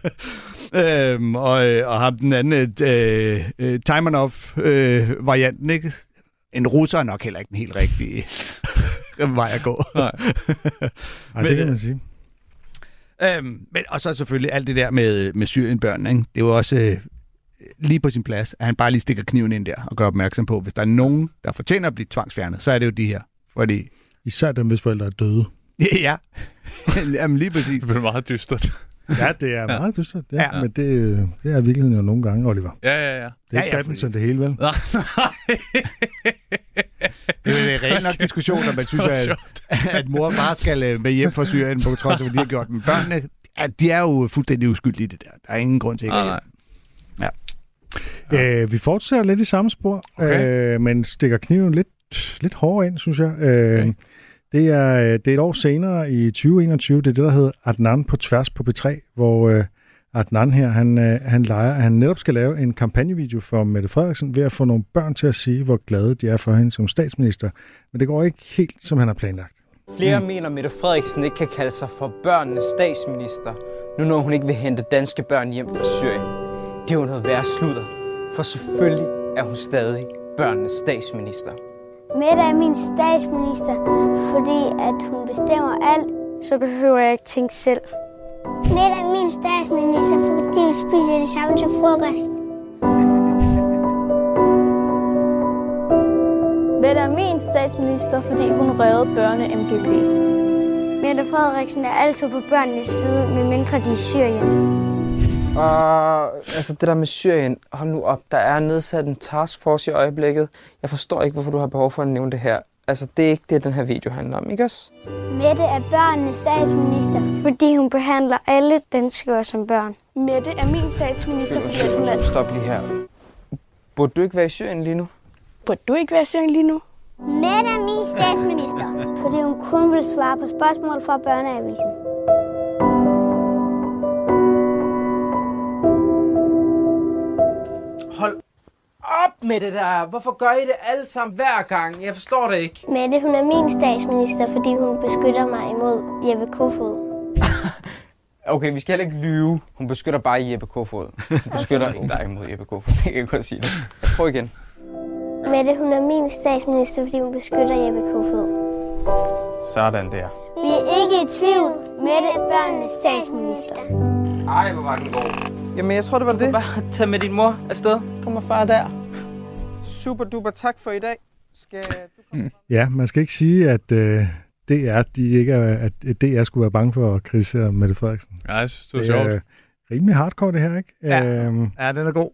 Ja. Og ham den anden Taimanov-varianten, ikke? En russer er nok heller ikke den helt rigtige vej at gå. Nej, det kan man sige. Men og så selvfølgelig alt det der med Syrienbørn, ikke? Det er jo også lige på sin plads, at han bare lige stikker kniven ind der og gør opmærksom på, hvis der er nogen, der fortjener at blive tvangsfjernet, så er det jo de her. Fordi især dem, hvis forældre er døde. Ja, jamen lige præcis. Det bliver meget dystert. Ja, det er meget dystert. Ja. Men det er virkeligheden jo nogle gange, Oliver. Ja. Det er ikke badminton det hele, vel? Nej. Det er en ren nok diskussion, når man synes, at mor og far skal med hjem fra Syrien, på trods af, hvad de har gjort. Men børnene, de er jo fuldstændig uskyldige, det der. Der er ingen grund til ikke at hjælpe. Ja. Vi fortsætter lidt i samme spor, men stikker kniven lidt hårdere ind, synes jeg. Okay. Det er et år senere i 2021, det er det, der hedder Adnan på tværs på P3, hvor Adnan her, han netop skal lave en kampagnevideo for Mette Frederiksen ved at få nogle børn til at sige, hvor glade de er for hende som statsminister. Men det går ikke helt, som han har planlagt. Flere mener, Mette Frederiksen ikke kan kalde sig for børnenes statsminister, nu når hun ikke vil hente danske børn hjem fra Syrien. Det er jo noget værre sludder, for selvfølgelig er hun stadig børnenes statsminister. Mette er min statsminister, fordi at hun bestemmer alt, så behøver jeg ikke tænke selv. Mette er min statsminister, fordi vi spiser det samme til frokost. Mette er min statsminister, fordi hun reddede børne-MGP. Mette Frederiksen er altid på børnenes side, medmindre de er i Syrien. Og altså det der med Syrien, hold nu op, der er nedsat en taskforce i øjeblikket. Jeg forstår ikke, hvorfor du har behov for at nævne det her. Altså, det er ikke det, den her video handler om, ikke også? Mette er børnenes statsminister, fordi hun behandler alle danskere som børn. Mette er min statsminister, fordi hun er... Stop lige her. Burde du ikke være i Syrien lige nu? Burde du ikke være i Syrien lige nu? Mette er min statsminister, fordi hun kun vil svare på spørgsmål fra Børneavisen. Hold op med det der. Hvorfor gør I det alle sammen hver gang? Jeg forstår det ikke. Mette, hun er min statsminister, fordi hun beskytter mig imod Jeppe Kofod. Okay, vi skal heller ikke lyve. Hun beskytter bare Jeppe Kofod. Hun beskytter ikke dig imod Jeppe Kofod. Det kan jeg godt sige det. Prøv igen. Mette, hun er min statsminister, fordi hun beskytter Jeppe Kofod. Sådan der. Vi er ikke i tvivl. Mette er børnenes statsminister. Ej, hvor var den god. Jamen, jeg tror, det var det. Bare tage med din mor afsted. Kommer far der. Super duper, tak for i dag. Skal du... Ja, man skal ikke sige, at DR skulle være bange for at kritisere Mette Frederiksen. Ja, jeg synes, det er sjovt. Rimelig hardcore, det her, ikke? Ja, ja, den er god.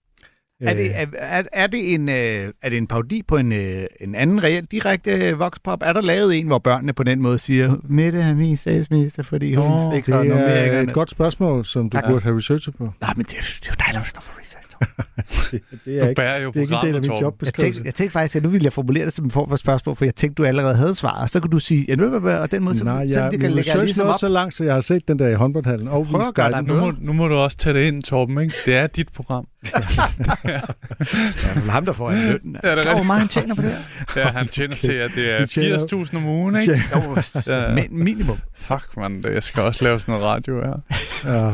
Er det en parodi på en anden reelt direkte voxpop? Er der lavet en, hvor børnene på den måde siger, Mette er min statsminister, fordi hun sikrer normeringerne? Det er et godt spørgsmål, som du burde have researchet på. Nej, men det er jo dig, der står for research. det er ikke en del af min jobbeskrivelse. Jeg tænkte faktisk, at nu ville jeg formulere det som en form for spørgsmål, for jeg tænkte, du allerede havde svaret. Så kunne du sige, og den måde, min research nåede så langt, så jeg har set den der i håndboldhallen. Og nu må du også tage det ind, Torben, ikke? Det er dit program. Ja, ham der får en løn. Hvor meget han tjener på det her? Ja, han tjener til, at det er 80.000 om ugen, ikke? Jo, minimum. Fuck, man, jeg skal også lave sådan noget radio her. Ja.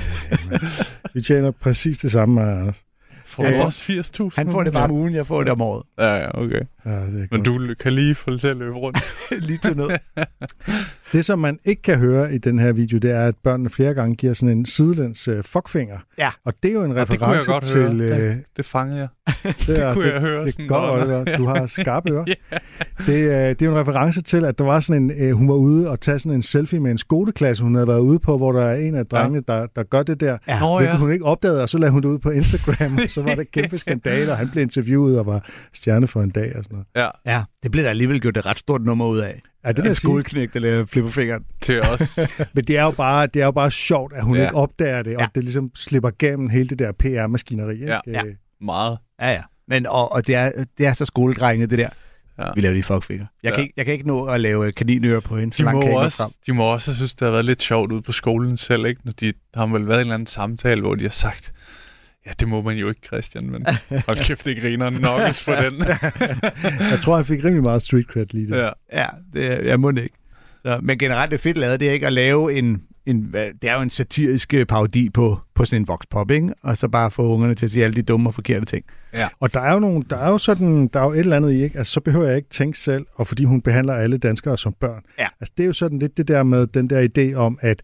Vi tjener præcis det samme, Anders. Får du også 80.000? Han får det bare om ugen, jeg får det om året. Ja, okay. Ja, men du kan lige få det til at løbe rundt. Lige til noget. Det, som man ikke kan høre i den her video, det er, at børnene flere gange giver sådan en sidelæns fuckfinger. Ja. Og det er jo en reference til... Det fangede jeg. Det kunne jeg høre. Det er godt, Oliver. Du har skarpe ører. Yeah. Det er jo en reference til, at der var sådan en... hun var ude og tage sådan en selfie med en skoleklasse, hun havde været ude på, hvor der er en af drengene, der gør det der. Ja. Hvilket hun ikke opdagede, og så lagde hun det ud på Instagram, og så var det kæmpe skandale, og han blev interviewet og var stjerne for en dag og sådan noget. Ja, det blev der alligevel gjort et ret stort nummer ud af. Ja, det er en skoleknæk, der laver flipper fingeren. Til os. Men det er jo bare sjovt, at hun ikke opdager det, og det ligesom slipper gennem hele det der PR-maskineri. Ikke? Ja, meget. Ja. Men og det er så skoledrengene, det der. Ja. Vi laver de fuckfinger. Jeg kan ikke nå at lave kaninører på hende, så langt kamera frem. De må også have synes, det har været lidt sjovt ude på skolen selv, ikke? Når de har vel været i en eller anden samtale, hvor de har sagt, ja, det må man jo ikke, Christian, men hold kæft, det griner nokkes på den. Jeg tror, han fik rimelig meget street cred lige der. Ja, jeg må det ikke. Så, men generelt det fedt lavet, det er ikke at lave det er jo en satirisk parodi på sådan en voxpop, ikke? Og så bare få ungerne til at sige alle de dumme og forkerte ting. Ja. Og der er jo et eller andet i, ikke? Altså, så behøver jeg ikke tænke selv, og fordi hun behandler alle danskere som børn. Ja. Altså, det er jo sådan lidt det der med den der idé om, at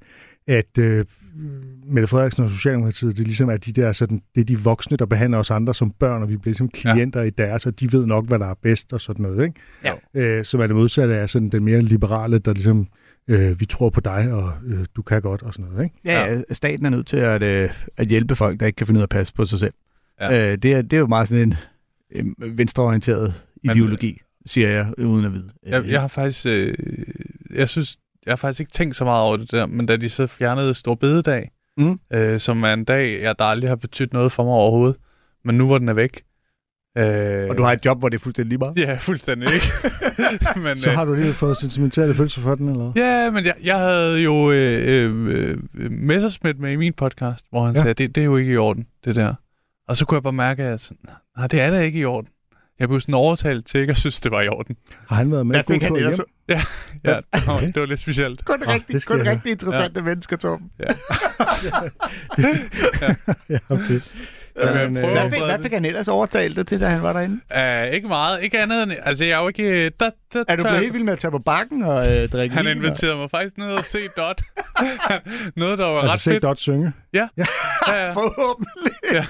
Mette Frederiksen og Socialdemokratiet, det ligesom er det er de voksne, der behandler os andre som børn, og vi bliver ligesom klienter i deres, og de ved nok, hvad der er bedst og sådan noget, ikke? Ja. Som er det modsatte af sådan den mere liberale, der ligesom vi tror på dig, og du kan godt, og sådan noget, ikke? Ja, staten er nødt til at hjælpe folk, der ikke kan finde ud af at passe på sig selv. Ja. Det er jo meget sådan en venstreorienteret ideologi, siger jeg, uden at vide. Jeg har faktisk, jeg har faktisk ikke tænkt så meget over det der, men da de så fjernede Store Bededag, som er en dag, der aldrig har betydet noget for mig overhovedet, men nu hvor den er væk. Og du har et job, hvor det er fuldstændig lige meget? Ja, fuldstændig ikke. Men, så har du lige fået sentimentale følelser for den, eller? Ja, men jeg havde jo Messerschmidt med i min podcast, hvor han sagde, det er jo ikke i orden, det der. Og så kunne jeg bare mærke, at nej, det er da ikke i orden. Jeg blev sådan overtalt til ikke at synes, det var i orden. Har han været med i god tur hjem? Ja, det var lidt specielt. Kun rigtig interessante mennesker, Torben. Ja. Ja, okay. Hvad fik han ellers overtalt dig til, da han var derinde? Ikke meget. Ikke andet end... Altså, jeg er jo ikke... Er du blevet helt vild med at tage på bakken og drikke Han inviterede mig faktisk ned og se Dot. Noget, der var ret fedt. Se Dot synge? Ja. Forhåbentlig. Ja.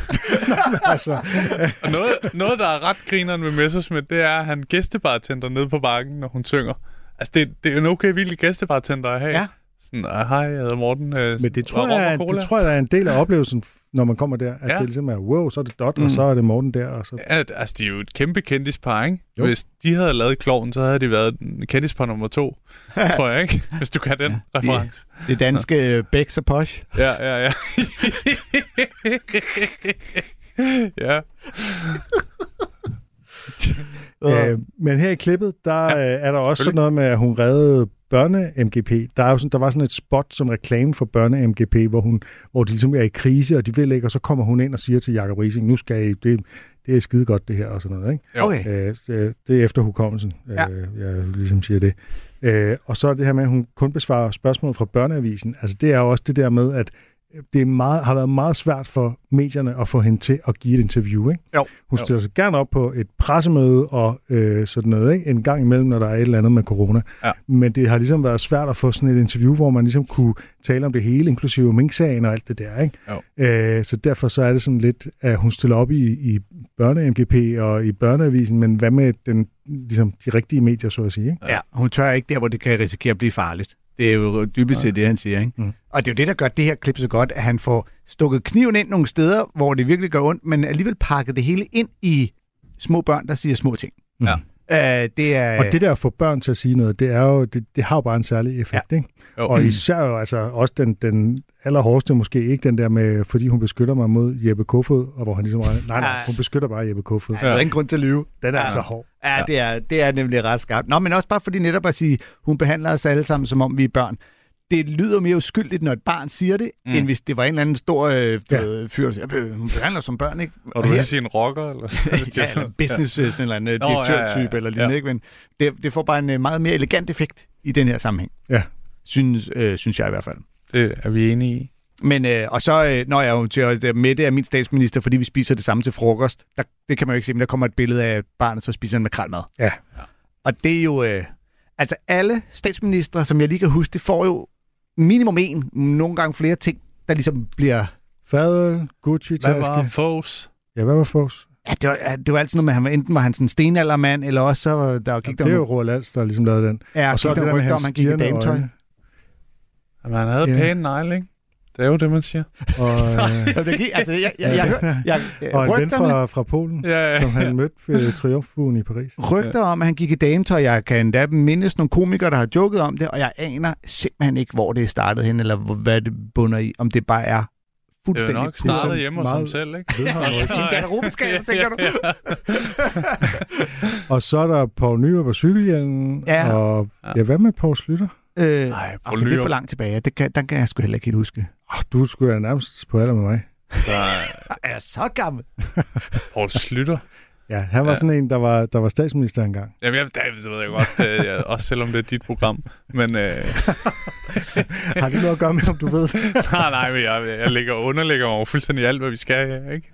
Og noget, der er ret grineren med Messerschmidt, det er, at han gæstebartender nede på bakken, når hun synger. Altså, det er jo en okay vild gæstebartender at have. Ja. Sådan, hej, jeg hedder Morten. Men det tror jeg er en del af oplevelsen, når man kommer der. At det ligesom er, wow, så er det Dot, og så er det Morten der. Og så... Ja, altså, de er jo et kæmpe kendispar, ikke? Jo. Hvis de havde lavet Klovnen, så havde de været kendispar nummer 2, tror jeg, ikke? Hvis du kan den reference. Det danske Becks og Posh. Ja. Ja. Men her i klippet, der er der også sådan noget med, at hun reddede børne-MGP. Der var sådan et spot som reklame for børne-MGP, hvor de ligesom er i krise, og de vil ikke, og så kommer hun ind og siger til Jacob Riising, nu skal I, det er skide godt det her, og sådan noget, ikke? Okay. Det er efter hukommelsen, jeg ligesom siger det. Og så er det her med, at hun kun besvarer spørgsmål fra Børneavisen. Altså det er jo også det der med, at det har været meget svært for medierne at få hende til at give et interview, ikke? Jo. Hun stiller sig gerne op på et pressemøde og sådan noget, ikke? En gang imellem, når der er et eller andet med corona. Ja. Men det har ligesom været svært at få sådan et interview, hvor man ligesom kunne tale om det hele, inklusive Mink-sagen og alt det der, ikke? Så derfor så er det sådan lidt, at hun stiller op i børne-MGP og i Børneavisen, men hvad med ligesom de rigtige medier, så at sige, ikke? Ja, hun tør ikke der, hvor det kan risikere at blive farligt. Det er jo dybest set det, han siger, ikke? Mm. Og det er jo det, der gør det her klip så godt, at han får stukket kniven ind nogle steder, hvor det virkelig gør ondt, men alligevel pakket det hele ind i små børn, der siger små ting. Ja. Det er... Og det der at få børn til at sige noget, det er jo, det har jo bare en særlig effekt, ikke? Jo. Og især jo altså også den allerhårdeste måske ikke den der med, fordi hun beskytter mig mod Jeppe Kofod, og hvor han ligesom nej, hun beskytter bare Jeppe Kofod. Ja, der er ingen grund til at lyve. Den er altså hård. Ja, det er nemlig ret skarpt. Nå, men også bare fordi netop at sige, hun behandler os alle sammen, som om vi er børn. Det lyder mere uskyldigt, når et barn siger det, end hvis det var en eller anden stor fyr, der siger, hun behandler som børn, ikke? Og du vil sige en rocker? Eller business, sådan en eller anden direktørtype, eller lignende, ikke? Men det får bare en meget mere elegant effekt i den her sammenhæng. Ja. Synes jeg i hvert fald. Det er vi enige i. Men, og så når jeg jo til Mette er min statsminister, fordi vi spiser det samme til frokost. Det kan man jo ikke se, men der kommer et billede af barnet, så spiser han makrelmad. Ja. Og det er jo... altså alle statsministre, som jeg lige kan huske, det får jo minimum nogle gange flere ting, der ligesom bliver... Fadøl, Gucci-taske. Hvad var Fås? Ja, hvad var Fås? Ja, det var altid noget med, enten var han sådan en stenaldermand, eller også så der gik der... Det er jo Roald Als, der ligesom lavede den. Ja, og så der rygter om, han gik i dametøj. Jamen, han havde pæne negle, ikke? Det er jo det, man siger. Og, og en ven fra Polen, som han mødte ved Triumfbuen i Paris. Rygter om, at han gik i dametøj. Jeg kan endda mindes nogle komikere, der har joket om det, og jeg aner simpelthen ikke, hvor det er startet hen, eller hvad det bunder i. Om det bare er fuldstændig... Det er nok startet hjemme hos ham selv, ikke? En garderobeskab, tænker du? Og så er der Poul Nyrup og cykelhjelmen, og hvad med Poul Schlüter? Det er for langt tilbage. Den kan jeg sgu heller ikke helt huske. Du skulle da nærmest på alder med mig. Er jeg så gammel? Poul Schlüter? Ja, han var sådan en, der var statsminister engang. Jamen, det ved jeg godt. Også selvom det er dit program. Men, har det noget at gøre med, om du ved det? nej, men jeg underlægger over fuldstændig alt, hvad vi skal. Ikke?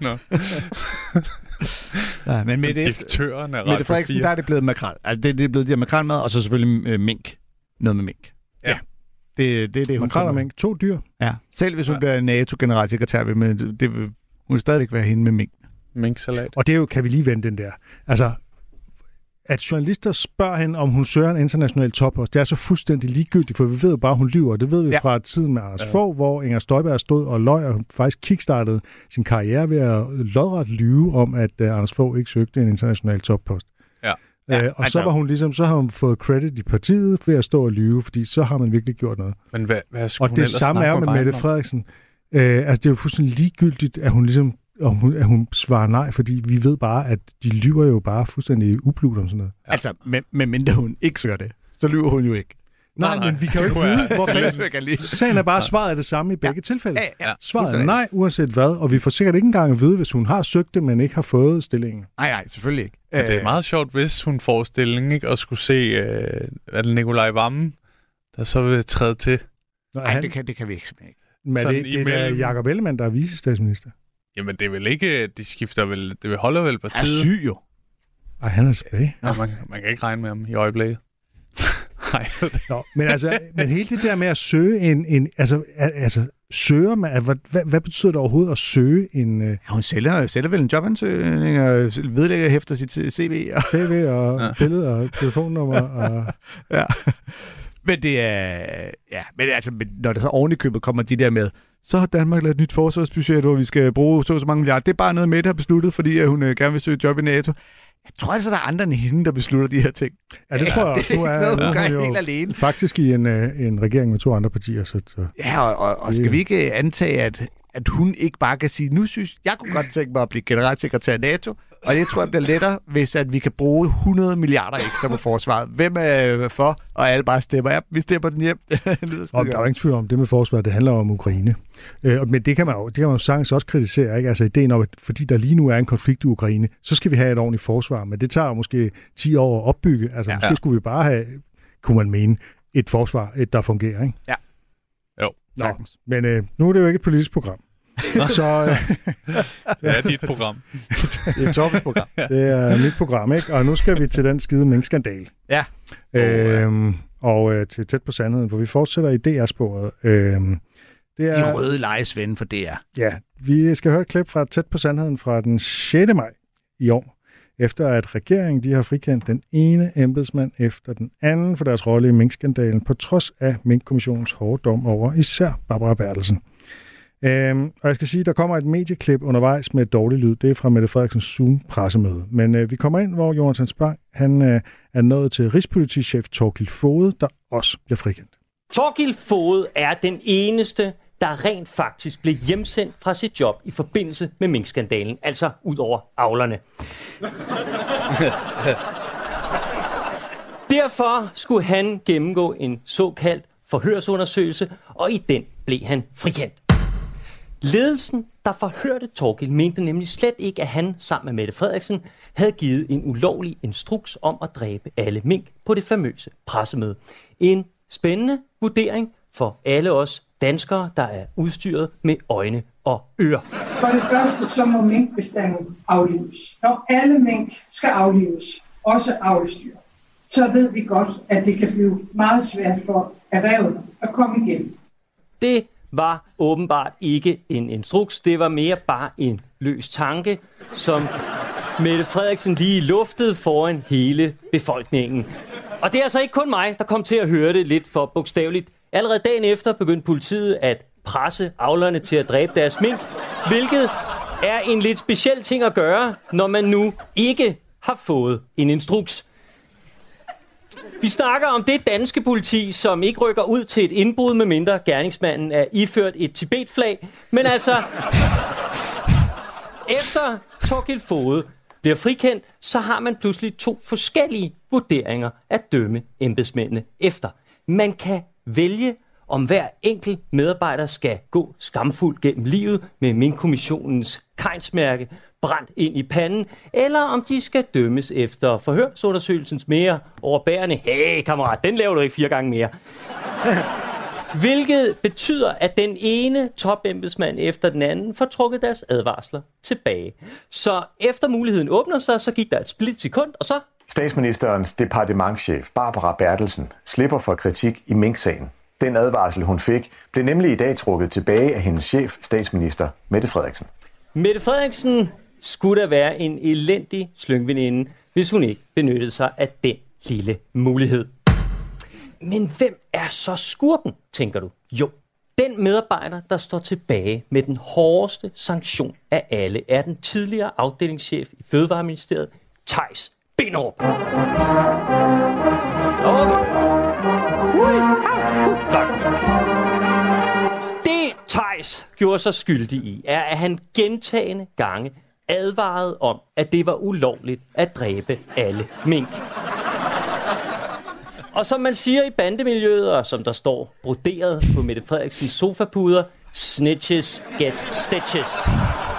Ja, men med direktøren er ret Mette Frederiksen, der er det blevet makrel. Altså, det er blevet de her makrelmad, og så selvfølgelig mink. Noget med mink. Ja. Det hun makrel og mink. 2 dyr. Ja. Selv hvis hun bliver NATO-generalsekretær, hun vil stadigvæk være hende med mink. Minksalat. Og det er jo, kan vi lige vende den der. Altså, at journalister spørger hende, om hun søger en international toppost, det er så fuldstændig ligegyldigt, for vi ved jo bare, hun lyver. Det ved vi fra tiden med Anders Fogh, hvor Inger Støjberg stod og løj, og faktisk kickstartede sin karriere ved at lodret lyve om, at Anders Fogh ikke søgte en international toppost. Og så var hun ligesom, så har hun fået credit i partiet ved at stå og lyve, fordi så har man virkelig gjort noget. Men hvad og det samme er med Mette Frederiksen. Altså det er jo fuldstændig ligegyldigt, at hun ligesom at hun svarer nej, fordi vi ved bare, at de lyver jo bare fuldstændig ubludt om sådan noget. Ja. Altså, med mindre hun ikke søger det, så lyver hun jo ikke. Nej, men vi kan jo ikke vide, hvorfor. Sagen er bare, svaret er det samme i begge tilfælde. Ja. Svaret er nej, uanset hvad, og vi får sikkert ikke engang at vide, hvis hun har søgt det, men ikke har fået stillingen. Nej, selvfølgelig ikke. Det er meget sjovt, hvis hun får stillingen, ikke, og skulle se, er det Nikolaj Wammen, der så vil træde til. Nej, det kan vi ikke simpelthen ikke. Men det er Jacob Ellemann, der er vicestatsminister. Jamen, det er vel ikke, de skifter vel, det holder vel partiet. Han er syg jo. Ej, han er tilbage. Ja, man kan ikke regne med ham i øjeblikket. Nej. Men hele det der med at søge søger man, hvad betyder det overhovedet at søge en... Ja, hun sælger vel en jobansøgning og vedlægger hæfter sit CV. CV og billede og telefonnummer. Og... Ja. Men det er... Ja, men altså, når det så oven i købet kommer de der med, så har Danmark lavet et nyt forsvarsbudget, hvor vi skal bruge så mange milliarder. Det er bare noget, Mette har besluttet, fordi hun gerne vil søge job i NATO. Jeg tror altså, der er andre end hende, der beslutter de her ting. Ja, det tror jeg også. Nu er hun helt alene. Faktisk i en regering med 2 andre partier. Så ja, og skal vi ikke antage, at hun ikke bare kan sige, nu synes jeg kunne godt tænke mig at blive generalsekretær i NATO, og det tror jeg bliver lettere, hvis at vi kan bruge 100 milliarder ekstra på forsvaret. Hvem er for? Og alle bare stemmer. Ja, vi stemmer den hjem. Der er jo ingen tvivl om det med forsvaret. Det handler om Ukraine. Men det kan man jo sagtens også kritisere. Ikke? Altså ideen om, at fordi der lige nu er en konflikt i Ukraine, så skal vi have et ordentligt forsvar. Men det tager måske 10 år at opbygge. Altså måske skulle vi bare have, kunne man mene, et forsvar, der fungerer. Ikke? Ja. Jo. Men nu er det jo ikke et politisk program. Så det er dit program. Det er Torbens program. Det er mit program, ikke? Og nu skal vi til den skide minkskandale. Ja. Og til tæt på sandheden, for vi fortsætter i DR-sporet. Det er de røde lejesvende for DR. Ja, vi skal høre et klip fra tæt på sandheden fra den 6. maj i år, efter at regeringen de har frikendt den ene embedsmand efter den anden for deres rolle i minkskandalen, på trods af Minkkommissionens hårde dom over især Barbara Bertelsen. Og jeg skal sige, at der kommer et medieklip undervejs med et dårligt lyd. Det er fra Mette Frederiksens Zoom-pressemøde. Men vi kommer ind, hvor Jonathan Spang han er nået til rigspolitichef Thorkild Foged, der også bliver frikendt. Thorkild Foged er den eneste, der rent faktisk blev hjemsendt fra sit job i forbindelse med minkskandalen, altså ud over avlerne. Derfor skulle han gennemgå en såkaldt forhørsundersøgelse, og i den blev han frikendt. Ledelsen, der forhørte Thorkild, mente nemlig slet ikke, at han sammen med Mette Frederiksen havde givet en ulovlig instruks om at dræbe alle mink på det famøse pressemøde. En spændende vurdering for alle os danskere, der er udstyret med øjne og ører. For det første, så må minkbestanden aflives. Når alle mink skal aflives, også avlsdyr, så ved vi godt, at det kan blive meget svært for erhvervet at komme igennem. Det var åbenbart ikke en instruks, det var mere bare en løs tanke, som Mette Frederiksen lige luftede foran hele befolkningen. Og det er altså ikke kun mig, der kom til at høre det lidt for bogstaveligt. Allerede dagen efter begyndte politiet at presse avlerne til at dræbe deres mink, hvilket er en lidt speciel ting at gøre, når man nu ikke har fået en instruks. Vi snakker om det danske politi, som ikke rykker ud til et indbrud, med mindre gerningsmanden er iført et Tibet-flag. Men altså, efter Thorkild Foged bliver frikendt, så har man pludselig 2 forskellige vurderinger at dømme embedsmændene efter. Man kan vælge, om hver enkelt medarbejder skal gå skamfuldt gennem livet med Minkkommissionens kejnsmærke brændt ind i panden, eller om de skal dømmes efter forhørsundersøgelsens mere overbærende, hey kammerat, den laver du ikke 4 gange mere. Hvilket betyder, at den ene topembedsmand efter den anden får trukket deres advarsler tilbage. Så efter muligheden åbner sig, så gik der et splitsekund, og så... Statsministerens departementschef Barbara Bertelsen slipper for kritik i Mink-sagen. Den advarsel, hun fik, blev nemlig i dag trukket tilbage af hendes chef, statsminister Mette Frederiksen. Mette Frederiksen skulle da være en elendig slyngveninde, hvis hun ikke benyttede sig af den lille mulighed. Men hvem er så skurken, tænker du? Jo, den medarbejder, der står tilbage med den hårdeste sanktion af alle, er den tidligere afdelingschef i Fødevareministeriet, Theis Binderup. Det Theis gjorde sig skyldig i, er, at han gentagne gange advarede om, at det var ulovligt at dræbe alle mink. Og som man siger i bandemiljøet, og som der står broderet på Mette Frederiksens sofapuder, snitches get stitches.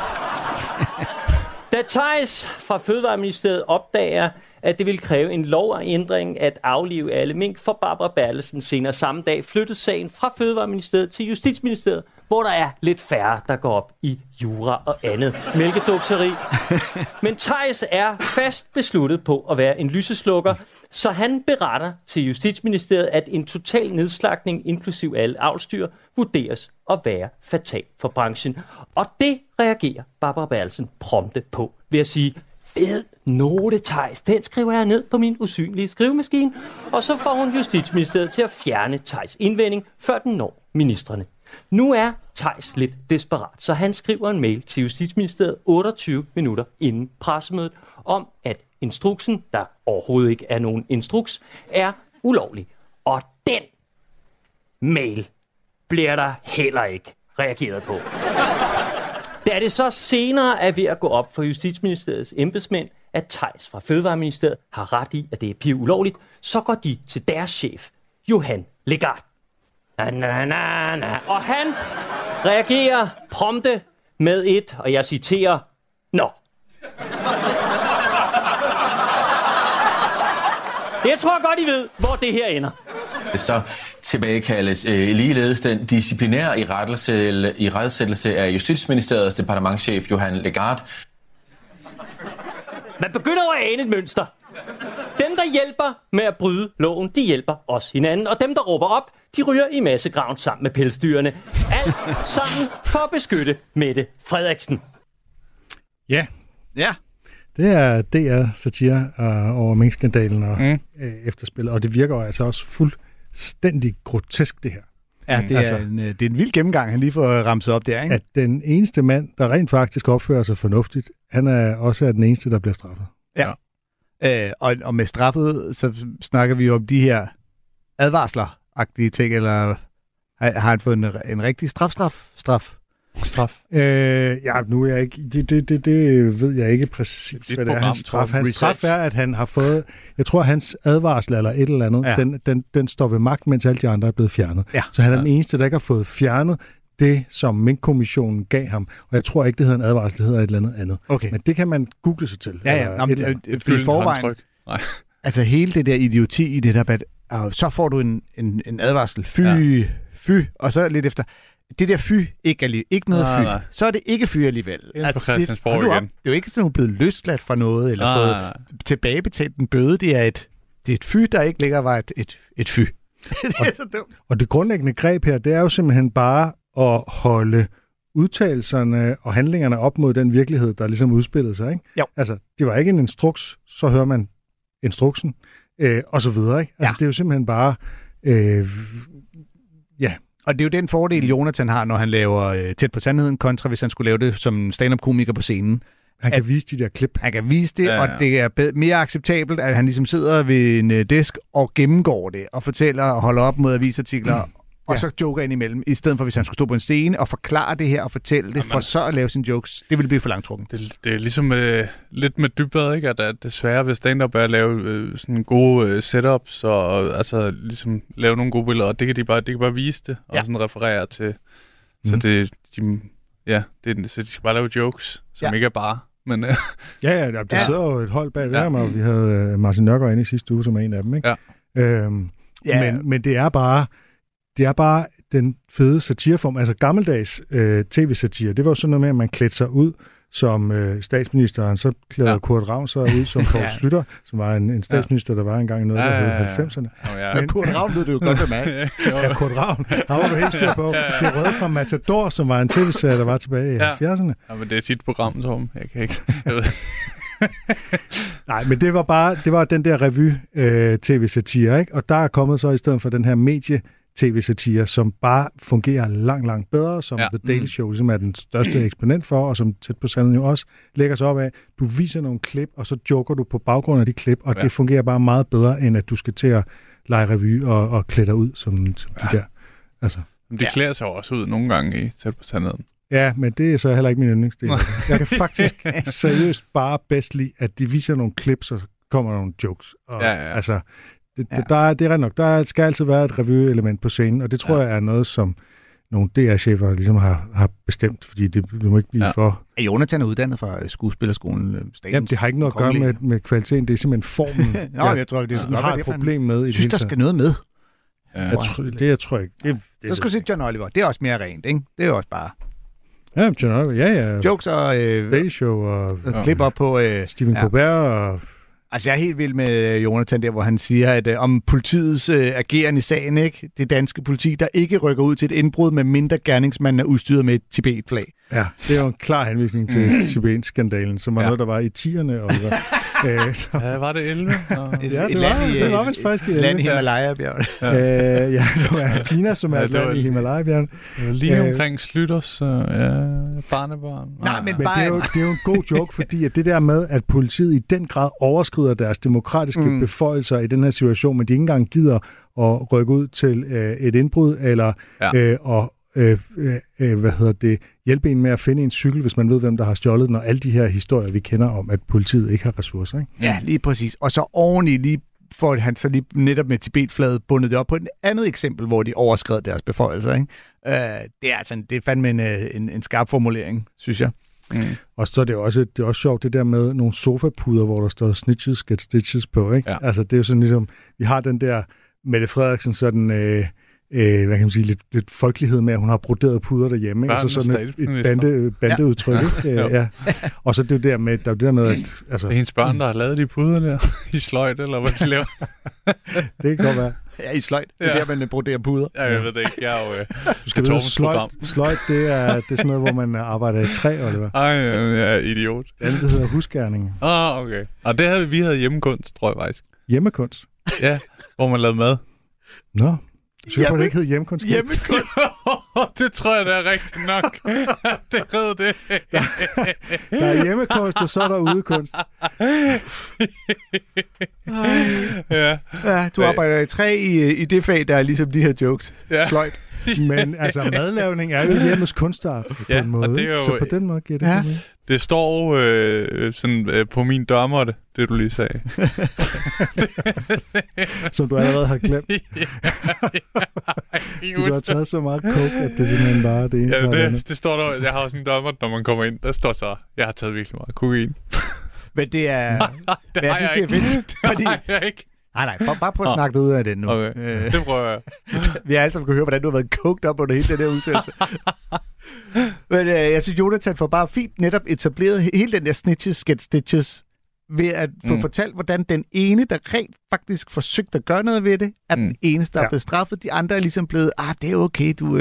Da Theis fra Fødevareministeriet opdager, at det ville kræve en lovændring at aflive alle mink for Barbara Bertelsen, senere samme dag flyttede sagen fra Fødevareministeriet til Justitsministeriet, hvor der er lidt færre, der går op i jura og andet mælkedukseri. Men Theis er fast besluttet på at være en lyseslukker, så han beretter til Justitsministeriet, at en total nedslagtning, inklusiv alle avlsdyr, vurderes at være fatal for branchen. Og det reagerer Barbara Bertelsen prompte på ved at sige, fed note, Theis. Den skriver jeg ned på min usynlige skrivemaskine, og så får hun Justitsministeriet til at fjerne Theis' indvending, før den når ministrene. Nu er Theis lidt desperat, så han skriver en mail til Justitsministeriet 28 minutter inden pressemødet om, at instruksen, der overhovedet ikke er nogen instruks, er ulovlig. Og den mail bliver der heller ikke reageret på. Da det så senere er ved at gå op for Justitsministeriets embedsmænd, at Theis fra Fødevareministeriet har ret i, at det er piv ulovligt, så går de til deres chef, Johan Legarth. Og han reagerer prompte med et, og jeg citerer, nå. Jeg tror godt, I ved, hvor det her ender. Så tilbagekaldes ligeledes den disciplinære irettesættelse af Justitsministeriets departementschef Johan Legarth. Man begynder jo at ane et mønster. Dem, der hjælper med at bryde loven, de hjælper også hinanden. Og dem, der råber op, de ryger i massegraven sammen med pelsdyrene. Alt sammen for at beskytte Mette Frederiksen. Ja. Ja. Det er DR-satire over minkskandalen og efterspillet. Og det virker jo altså også fuldstændig grotesk, det her. Ja, det er en vild gennemgang, han lige får ramset op der, ikke? At den eneste mand, der rent faktisk opfører sig fornuftigt, han er også den eneste, der bliver straffet. Ja. Og med straffet, så snakker vi jo om de her advarsler-agtige ting, eller har han fået en rigtig straf? Ja, nu er jeg ikke... Det ved jeg ikke præcis, hvad det er hans straf. Hans straf er, at han har fået... Jeg tror, hans advarsel eller et eller andet, den står ved magt, mens alle de andre er blevet fjernet. Ja. Så han er den eneste, der ikke har fået fjernet det, som Mink-kommissionen gav ham. Og jeg tror ikke, det hedder en advarsel, det hedder et eller andet. Okay. Men det kan man google sig til. Ja. I forvejen... Altså hele det der idioti i det der, så får du en advarsel. Fy. Og så lidt efter... Det der ikke noget fy. Så er det ikke fy alligevel. Altså, det er jo ikke sådan, hun er blevet løsladt fra noget, eller fået tilbagebetalt en bøde. Det er et fy, der ikke længere var et fy. Det er så dumt. Og det grundlæggende greb her, det er jo simpelthen bare at holde udtalelserne og handlingerne op mod den virkelighed, der ligesom udspillede sig. Ikke? Jo. Altså, det var ikke en instruks, så hører man instruksen, og så videre. Ikke? Altså, det er jo simpelthen bare... Og det er jo den fordel, Jonathan har, når han laver Tæt på sandheden, kontra hvis han skulle lave det som stand-up-komiker på scenen. Han kan vise de der klip. Han kan vise det, og det er mere acceptabelt, at han ligesom sidder ved en disk og gennemgår det, og fortæller og holder op mod avisartikler, og så joker ind imellem, i stedet for hvis han skulle stå på en scene og forklare det her og fortælle det, for så at lave sine jokes. Det ville blive for langtrukken. Det er ligesom lidt med Dybvad, ikke? At det svære ved stand-up er at lave sådan gode setups, og altså ligesom lave nogle gode billeder, og det kan de bare vise det, og sådan referere til. Så så de skal bare lave jokes, som ikke er bare. Men, der sidder jo et hold bag ved ham, og vi havde Martin Nørgaard inde i sidste uge, som er en af dem, ikke? Ja. Men det er bare den fede satireform, altså gammeldags tv-satire. Det var jo sådan noget med, at man klædte sig ud som statsministeren, så klæder Kurt Ravn sig ud som Poul Schlüter, som var en statsminister, der var engang i noget, der hed 90'erne. Men Kurt Ravn ved du jo godt, hvad man er. Kurt Ravn, han var du helt styr på. Det røde fra Matador, som var en tv-serie, der var tilbage i 70'erne. Ja, men det er tit program, Torben. Jeg kan ikke... Nej, men det var den der revy-tv-satire, ikke? Og der er kommet så i stedet for den her medie-tv-satire, som bare fungerer langt bedre, som The Daily Show ligesom er den største eksponent for, og som Tæt på sandheden jo også lægger sig op af. Du viser nogle klip, og så joker du på baggrund af de klip, og det fungerer bare meget bedre, end at du skal til at lege revy og klæde dig ud som de der. Altså. Men det klæder sig også ud nogle gange i Tæt på sandheden. Ja, men det er så heller ikke min yndlingsdel. Jeg kan faktisk seriøst bare bedst lide, at de viser nogle clips, og så kommer nogle jokes. Og, altså, det er ret nok. Der skal altid være et revue-element på scenen, og det tror jeg er noget, som nogle DR-chefer ligesom har bestemt, fordi det må ikke blive for... Er Jonathan uddannet fra skuespillerskolen? Jamen, det har ikke noget at gøre med kvaliteten. Det er simpelthen formen, jeg tror, det har et problem med. Jeg synes, der skal noget med. Jeg tror ikke. Så skal du se John Oliver. Det er også mere rent, ikke? Det er jo også bare... Ja, John Oliver, ja. Jokes og... Daily Show og klip op på... Stephen Colbert og... Altså, jeg er helt vild med Jonathan der, hvor han siger, at om politiets ageren i sagen, ikke? Det danske politi, der ikke rykker ud til et indbrud, med mindre gerningsmanden er udstyret med et Tibet-flag. Ja, det er jo en klar henvisning til Tibet-skandalen, som var noget, der var i 10'erne. Og var det 11? Ja, det var vist faktisk i 11. Land i Himalaya-bjergene. Ja, det var Kina, som er et land i Himalaya-bjergene. Lige omkring Slytters barnebarn. Nej, men det er jo en god joke, fordi at det der med, at politiet i den grad overskrider deres demokratiske beføjelser i den her situation, men de ikke engang gider at rykke ud til et indbrud, eller hjælpe en med at finde en cykel, hvis man ved, hvem der har stjålet den, og alle de her historier, vi kender om, at politiet ikke har ressourcer. Ikke? Ja, lige præcis. Og så oveni lige får han så lige netop med Tibet-flaget bundet det op på et andet eksempel, hvor de overskred deres beføjelser. Ikke? Det er fandme en skarp formulering, synes jeg. Og så er det også sjovt, det der med nogle sofapuder, hvor der står snitches get stitches på. Ikke? Ja. Altså, det er jo sådan ligesom, vi har den der Mette Frederiksen sådan... hvad kan man sige, lidt folkelighed med, at hun har broderet puder derhjemme. Ikke? Altså sådan et bandeudtryk. Ja. Og så det der med, at... Altså, det er hendes børn, der har lavet de puder der i sløjt, eller hvad de laver. Det kan godt være. Ja, i sløjt. Det er der, man broderer puder. Ja, jeg ved det ikke. Jeg er jo... Du skal vide, sløjt, det er sådan noget, hvor man arbejder i træ, eller hvad? Ej, jeg er idiot. Det hedder husgerning. Okay. Og det havde vi havde hjemmekunst, tror jeg faktisk. Hjemmekunst? Ja, hvor man lavede mad. Nå. Så det ikke hedder hjemmekunst. Det tror jeg, det er rigtigt nok. Det hedder det. Der er hjemmekunst, og så er der udekunst. Ja, du arbejder i træ i det fag, der er ligesom de her jokes. Sløjt. Men altså, madlavning er jo hjemmes kunstart på en måde. Det er jo, så på den måde giver det mening. Det står sådan på min dørmåtte, det du lige sagde. Som du allerede har glemt. Du har taget så meget coke, at det simpelthen bare er det ene. Ja, det står der. Jeg har også en dørmåtte, når man kommer ind. Der står så, jeg har taget virkelig meget kokain. Men det er... jeg synes, det er fedt. Det har jeg ikke. Nej, bare prøv at snakke ud af det nu. Okay. Det prøver jeg. Vi har alle sammen kunne høre, hvordan du har været coked op under hele den her udsendelse. Men jeg synes, Jonathan får bare fint netop etableret hele den der snitches get stitches ved at få fortalt, hvordan den ene, der rent faktisk forsøgte at gøre noget ved det, er den eneste, der er blevet straffet. De andre er ligesom blevet, det er okay, du...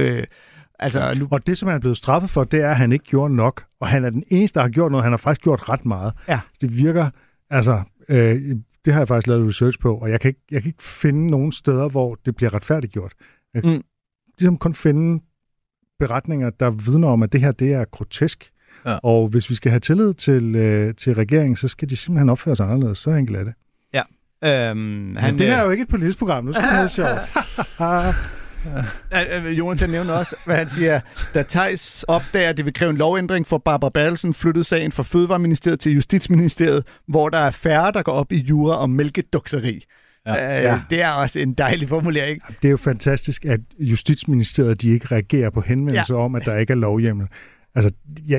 Og det, som han er blevet straffet for, det er, at han ikke gjorde nok. Og han er den eneste, der har gjort noget. Han har faktisk gjort ret meget. Ja. Det virker... Altså... det har jeg faktisk lavet research på, og jeg kan ikke finde nogen steder, hvor det bliver retfærdiggjort. Jeg kan ligesom kun finde beretninger, der vidner om, at det her, det er grotesk. Ja. Og hvis vi skal have tillid til regeringen, så skal de simpelthen opføre sig anderledes. Så enkelt er det. Ja. Men det her er jo ikke et politisk program. Nu skal det være sjovt. Jonathan nævner også, hvad han siger, da Theis opdager, at det vil kræve en lovændring for Barbara Bertelsen, flyttede sagen fra Fødevareministeriet til Justitsministeriet, hvor der er færre, der går op i jura om mælkedukseri. Ja. Det er også en dejlig formulering. Det er jo fantastisk, at Justitsministeriet de ikke reagerer på henvendelser om, at der ikke er lovhjemmel. Altså,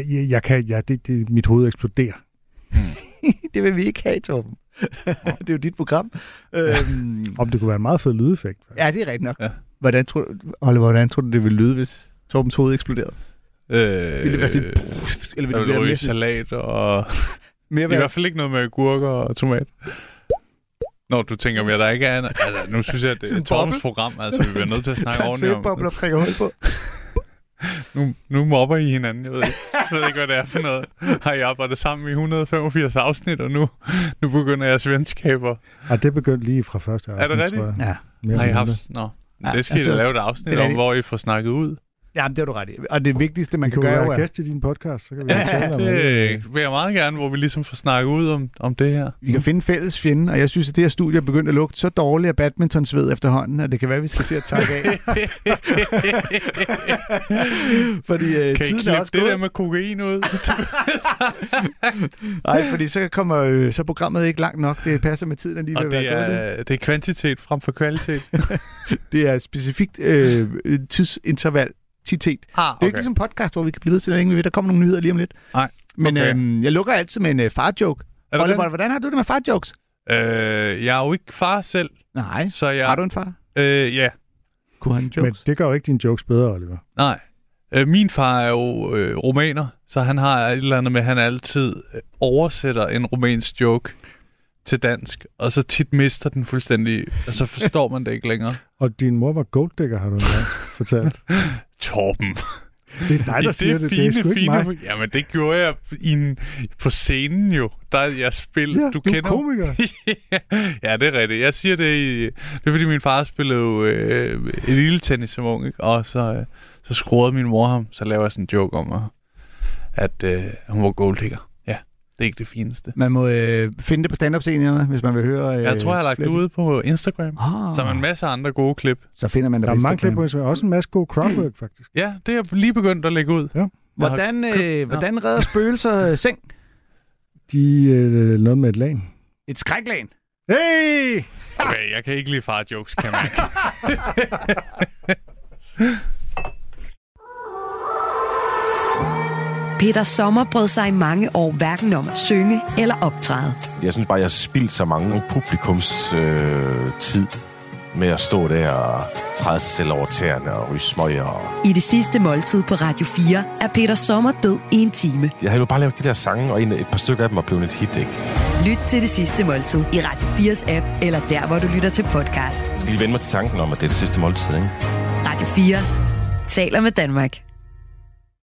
mit hoved eksploderer. Det vil vi ikke have, Torben. Det er jo dit program. Om det kunne være en meget fed lydeffekt. Ja, det er rigtigt nok. Ja. Hvordan tror du, det ville lyde, hvis Torbens hoved eksploderede? Ville det være sådan... Eller ville det være salat og... I hvert fald ikke noget med gurker og tomat. Når du tænker mere, der ikke er... Altså, nu synes jeg, at det er Torbens program. Altså, vi bliver nødt til at snakke ordentligt om. Bobler prikker hul på. Nu mobber I hinanden. Jeg ved ikke, hvad det er for noget. Har I arbejdet sammen i 185 afsnit, og nu begynder jeres venskaber. Ja, det begyndte lige fra første afsnit, er det rigtigt? Ja. Har I haft... Nå. Det skal I da lave et afsnit om, hvor I får snakket ud. Ja, det er du ret i. Og det vigtigste, man kan gøre... Du kan være gæst i din podcast, så kan vi tale om det. Det vil jeg meget gerne, hvor vi ligesom får snakket ud om det her. Vi kan finde fælles fjende, og jeg synes, at det her studie er begyndt at lugte så dårligt af badmintonsved efterhånden, at det kan være, at vi skal til at takke af. Fordi kan I klippe det der med kokain ud? Nej, fordi så kommer så programmet ikke langt nok. Det passer med tiden lige ved at være gået. Det er kvantitet frem for kvalitet. Det er specifikt tidsinterval. Det er ikke ligesom podcast, hvor vi kan blive ved til, at ingen ved, der kommer nogle nyheder lige om lidt. Nej. Men jeg lukker altid med en far-joke. Oliver, hvordan har du det med far-jokes? Jeg er jo ikke far selv. Nej. Så jeg... Har du en far? Ja. Kunne han jokes? Men det gør jo ikke dine jokes bedre, Oliver. Nej. Min far er jo romaner, så han har et eller andet med, at han altid oversætter en romansk joke til dansk, og så tit mister den fuldstændig, og så forstår man det ikke længere. Og din mor var golddigger, har du fortalt. Torben. Det er dig, der siger det. Det er sgu ikke mig. Jamen, det gjorde jeg på scenen jo. Der jeg spillede. Ja, du kender komiker. Ja, det er rigtigt. Jeg siger det det er fordi min far spillede jo et lille tennis som ung, ikke? Og så skruede min mor ham. Så lavede jeg sådan en joke om, at hun var golddigger. Det er ikke det fineste. Man må finde det på stand-up-scenerne, hvis man vil høre... jeg tror, jeg har lagt det ude på Instagram. Så er en masse andre gode klip. Så finder man det der på er mange klip på Instagram. Også en masse god crowdwork, faktisk. Ja, det er lige begyndt at lægge ud. Ja. Hvordan redder spøgelser seng? De noget med et lag. Et skræklag. Hey! Okay, jeg kan ikke lide far-jokes, kan man ikke. Peter Sommer brød sig i mange år hverken om at synge eller optræde. Jeg synes bare, jeg har spildt så mange publikums tid med at stå der og træde sig selv over tæerne og ryge smøger. I Det sidste måltid på Radio 4 er Peter Sommer død i en time. Jeg havde jo bare lavet de der sange, og et par stykker af dem var blevet et hit, ikke? Lyt til Det sidste måltid i Radio 4's app, eller der, hvor du lytter til podcast. Jeg skal lige vende mig til tanken om, at det er det sidste måltid, ikke? Radio 4 taler med Danmark.